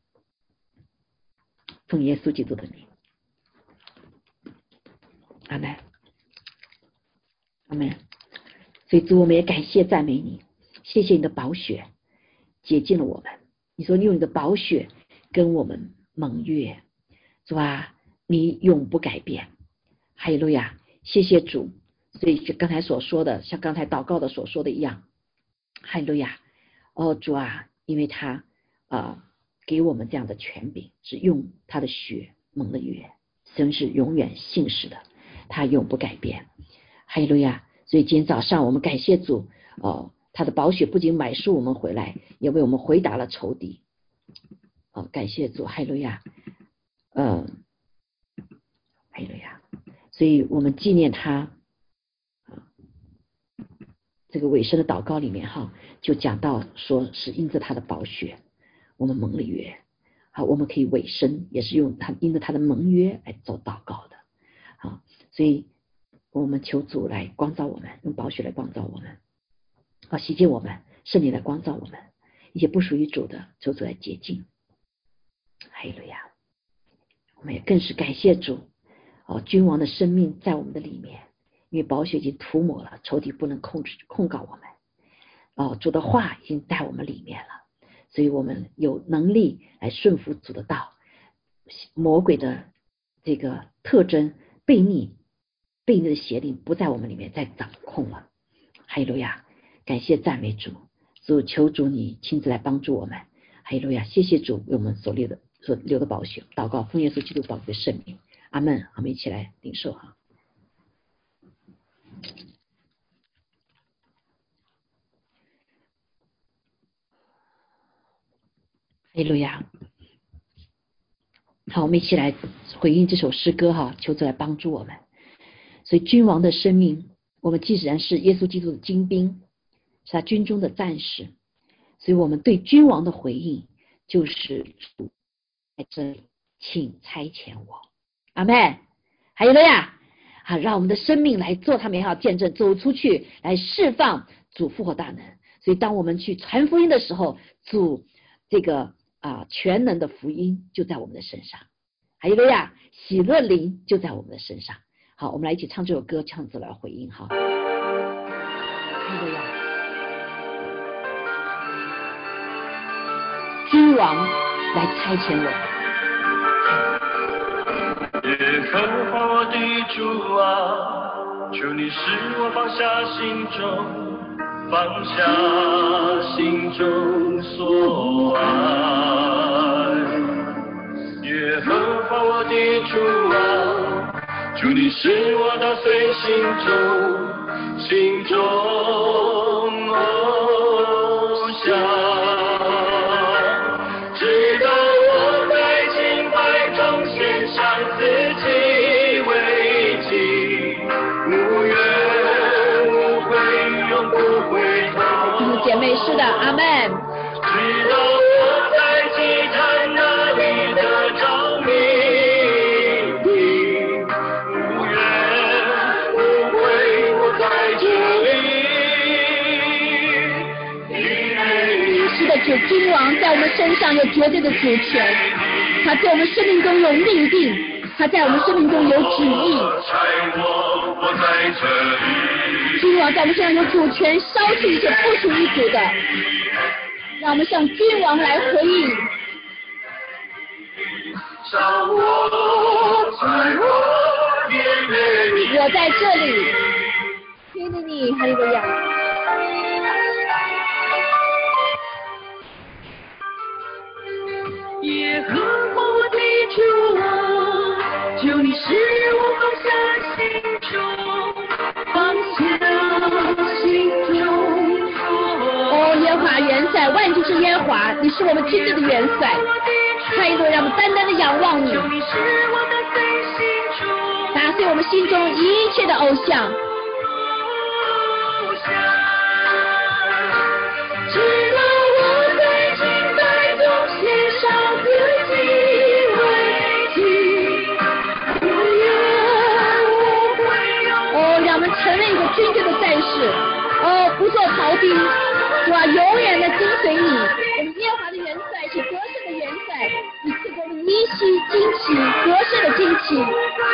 奉耶稣基督的名，阿们，阿们。所以主，我们也感谢赞美你，谢谢你的宝血洁净了我们。你说你用你的宝血跟我们盟约，主啊，你永不改变。哈利路亚！谢谢主。所以就刚才所说的，像刚才祷告的所说的一样，哈利路亚！主啊，因为他给我们这样的权柄，是用他的血盟的约，神是永远信实的，他永不改变。哈利路亚！所以今天早上我们感谢主，他的宝血不仅买赎我们回来，也为我们回答了仇敌。感谢主，哈利路亚！哈利路亚！所以我们纪念他。这个尾声的祷告里面就讲到说是因着他的宝血我们盟了约。好，我们可以尾声也是因着他的盟约来做祷告的。好，所以我们求主来光照我们，用宝血来光照我们，洗净我们，圣灵来光照我们，一些不属于主的求主来洁净。哈利路亚！我们也更是感谢主，君王的生命在我们的里面，因为宝血已经涂抹了，仇敌不能控告我们。主的话已经在我们里面了，所以我们有能力来顺服主的道。魔鬼的这个特征悖逆的邪灵不在我们里面再掌控了。哈利路亚！感谢赞美主，主求主你亲自来帮助我们。哈利路亚！谢谢主为我们所流的宝血，祷告奉耶稣基督宝贵的圣名，阿们。我们一起来领受哈。哈利路亚！好，我们一起来回应这首诗歌求主来帮助我们。所以君王的生命，我们既然是耶稣基督的精兵，是他军中的战士，所以我们对君王的回应就是主在这里，请差遣我。阿们。哈利路亚！让我们的生命来做他美好见证，走出去来释放主复活大能。所以当我们去传福音的时候，主这个全能的福音就在我们的身上。哈利路亚！喜乐灵就在我们的身上。好，我们来一起唱这首歌，唱着来回应哈。哈利路亚！君王来差遣我们。 耶和华我的主啊，求你使我放下心中所爱。耶和华我的主啊，求你使我打碎心中偶像。 姐妹是的，阿们。 直到我在祭坛那里的照明，无怨无悔，我在这里。 是的，主君王在我们身上有绝对的主权，他在我们生命中有命定，他在我们生命中有旨意。 我在这里。 君王在我们身上有主权，烧去一切不属于主的，让我们向君王来回应。我在这里，听着你，哈利路亚。 是耶和华，你是我们军队的元帅。哈利路亚，让我们单单的仰望你，打碎我们心中一切的偶像。直到我在敬拜中献上自己为祭，让我们成为一个军队的战士，不做逃兵，是吧？永远的跟随你。我们耶和华的元帅是得胜的元帅，你赐给我们尼西旌旗，得胜的旌旗。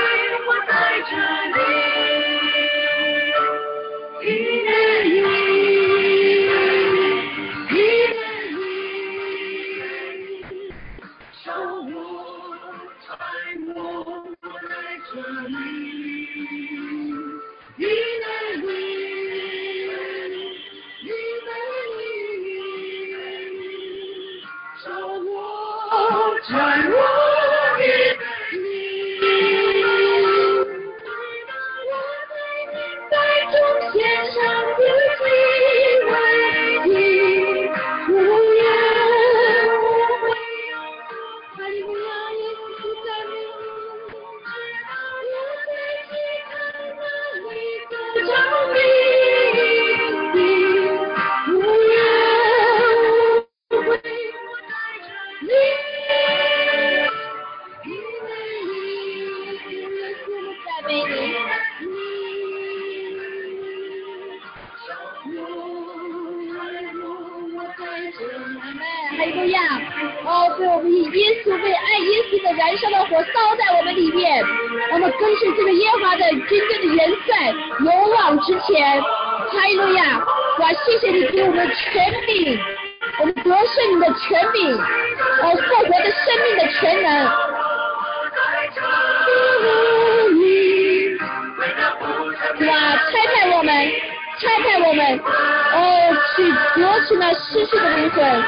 对，我们以耶稣为爱耶稣的燃烧的火烧在我们里面，我们跟随这个耶和华的军队的元帅勇往直前。哈利路亚！哇，谢谢你给我们权柄，我们得胜你的权柄，复活的生命的全能。哇，差派我们，去夺取那失去的灵魂。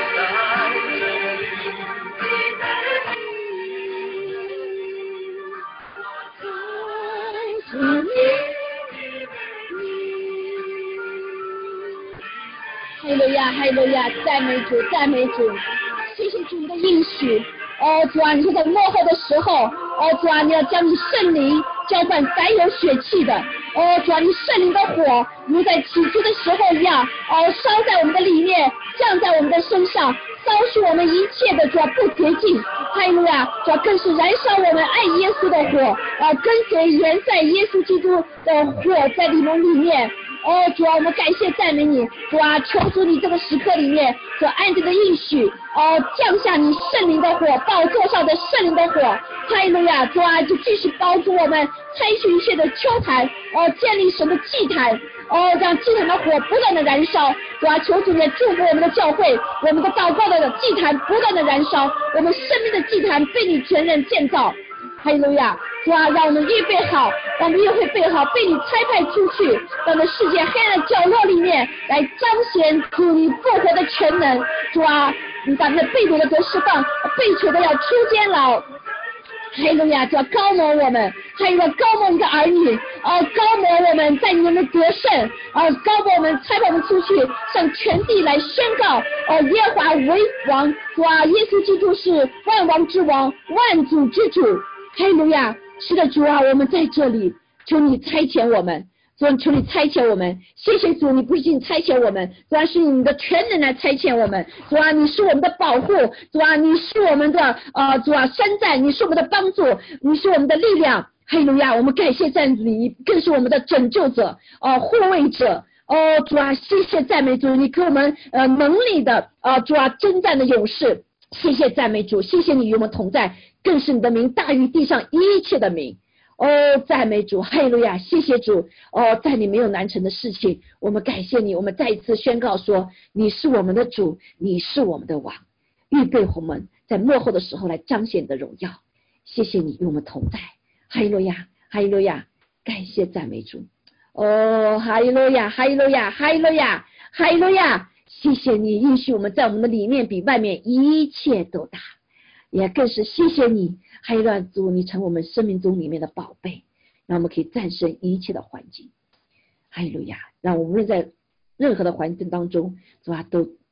哈利路亚，赞美主，谢谢主的应许。主啊，你说在末后的时候，主啊，你要将你圣灵浇灌凡有血气的。主啊，你圣灵的火如在起初的时候一样，烧在我们的里面，降在我们的身上，烧去我们一切的主啊不洁净。哈利路亚，主啊，更是燃烧我们爱耶稣的火，跟随元帅耶稣基督的火在你们里面。主啊，我们感谢赞美你，主啊，求主你这个时刻里面，主按着的应许，降下你圣灵的火，宝座上的圣灵的火。哈利路亚，主啊，就继续帮助我们拆去一切的丘坛，建立神的祭坛，让祭坛的火不断的燃烧。主啊，求主也祝福我们的教会，我们的祷告的祭坛不断的燃烧，我们生命的祭坛被你全人建造。哈利路亚，主啊，让我们预备好，让我们约会备好，被你差派出去，到这世界黑暗的角落里面来彰显主你复活的全能。主啊，你把那被掳的得释放，被囚的要出监牢。哈利路亚，主要高摩我们，还有高摩你的儿女，高摩我们在你们的得胜，高摩我们差派我们出去，向全地来宣告，耶和华为王，主啊，耶稣基督是万王之王，万主之主。哈利路亚，是的，主啊，我们在这里，求你差遣我们，主啊，求你差遣我们，谢谢主，你不仅差遣我们，主啊，是你的全能来差遣我们，主啊，你是我们的保护，主啊，你是我们的主啊山寨，你是我们的帮助，你是我们的力量。哈利路亚，我们感谢赞主，你更是我们的拯救者，护卫者。主啊，谢谢赞美主，你给我们能力的主啊征战的勇士。谢谢赞美主，谢谢你与我们同在，更是你的名大于地上一切的名。赞美主，哈利路亚，谢谢主。在你没有难成的事情，我们感谢你，我们再一次宣告说，你是我们的主，你是我们的王，预备我们在末后的时候来彰显你的荣耀。谢谢你与我们同在，哈利路亚，哈利路亚，感谢赞美主。哈利路亚，哈利路亚，哈利路亚，哈利路亚。谢谢你允许我们在我们的里面比外面一切都大，也更是谢谢你，还有让主你成我们生命中里面的宝贝，让我们可以战胜一切的环境。哈利路亚，让我们在任何的环境当中，主啊，都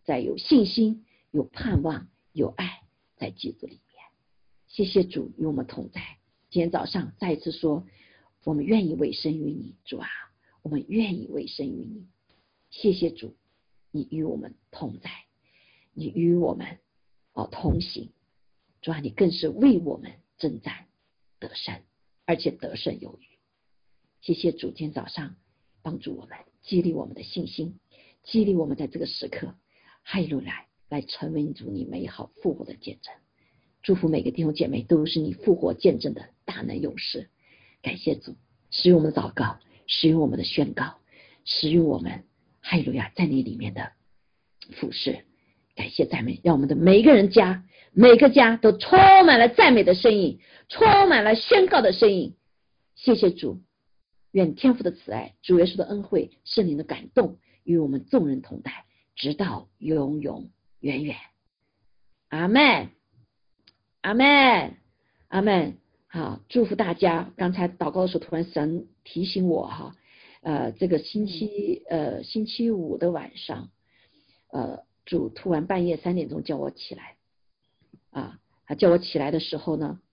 在有信心、有盼望、有爱在基督里面。谢谢主与我们同在。今天早上再一次说，我们愿意委身于你，主啊，我们愿意委身于你。谢谢主，你与我们同在，你与我们同行。主啊，你更是为我们征战得胜，而且得胜有余。谢谢主，今天早上帮助我们，激励我们的信心，激励我们在这个时刻哈利路亚来成为主你美好复活的见证。祝福每个弟兄姐妹都是你复活见证的大能勇士。感谢主，使用我们的祷告，使用我们的宣告，使用我们哈利路亚在你里面的服事。感谢赞美，让我们的每一个人家，每个家都充满了赞美的声音，充满了宣告的声音。谢谢主，愿天父的慈爱、主耶稣的恩惠、圣灵的感动与我们众人同在，直到永永远远。阿们，阿们，阿们。好，祝福大家。刚才祷告的时候，突然神提醒我这个星期五的晚上，主突然半夜3点钟叫我起来他叫我起来的时候呢，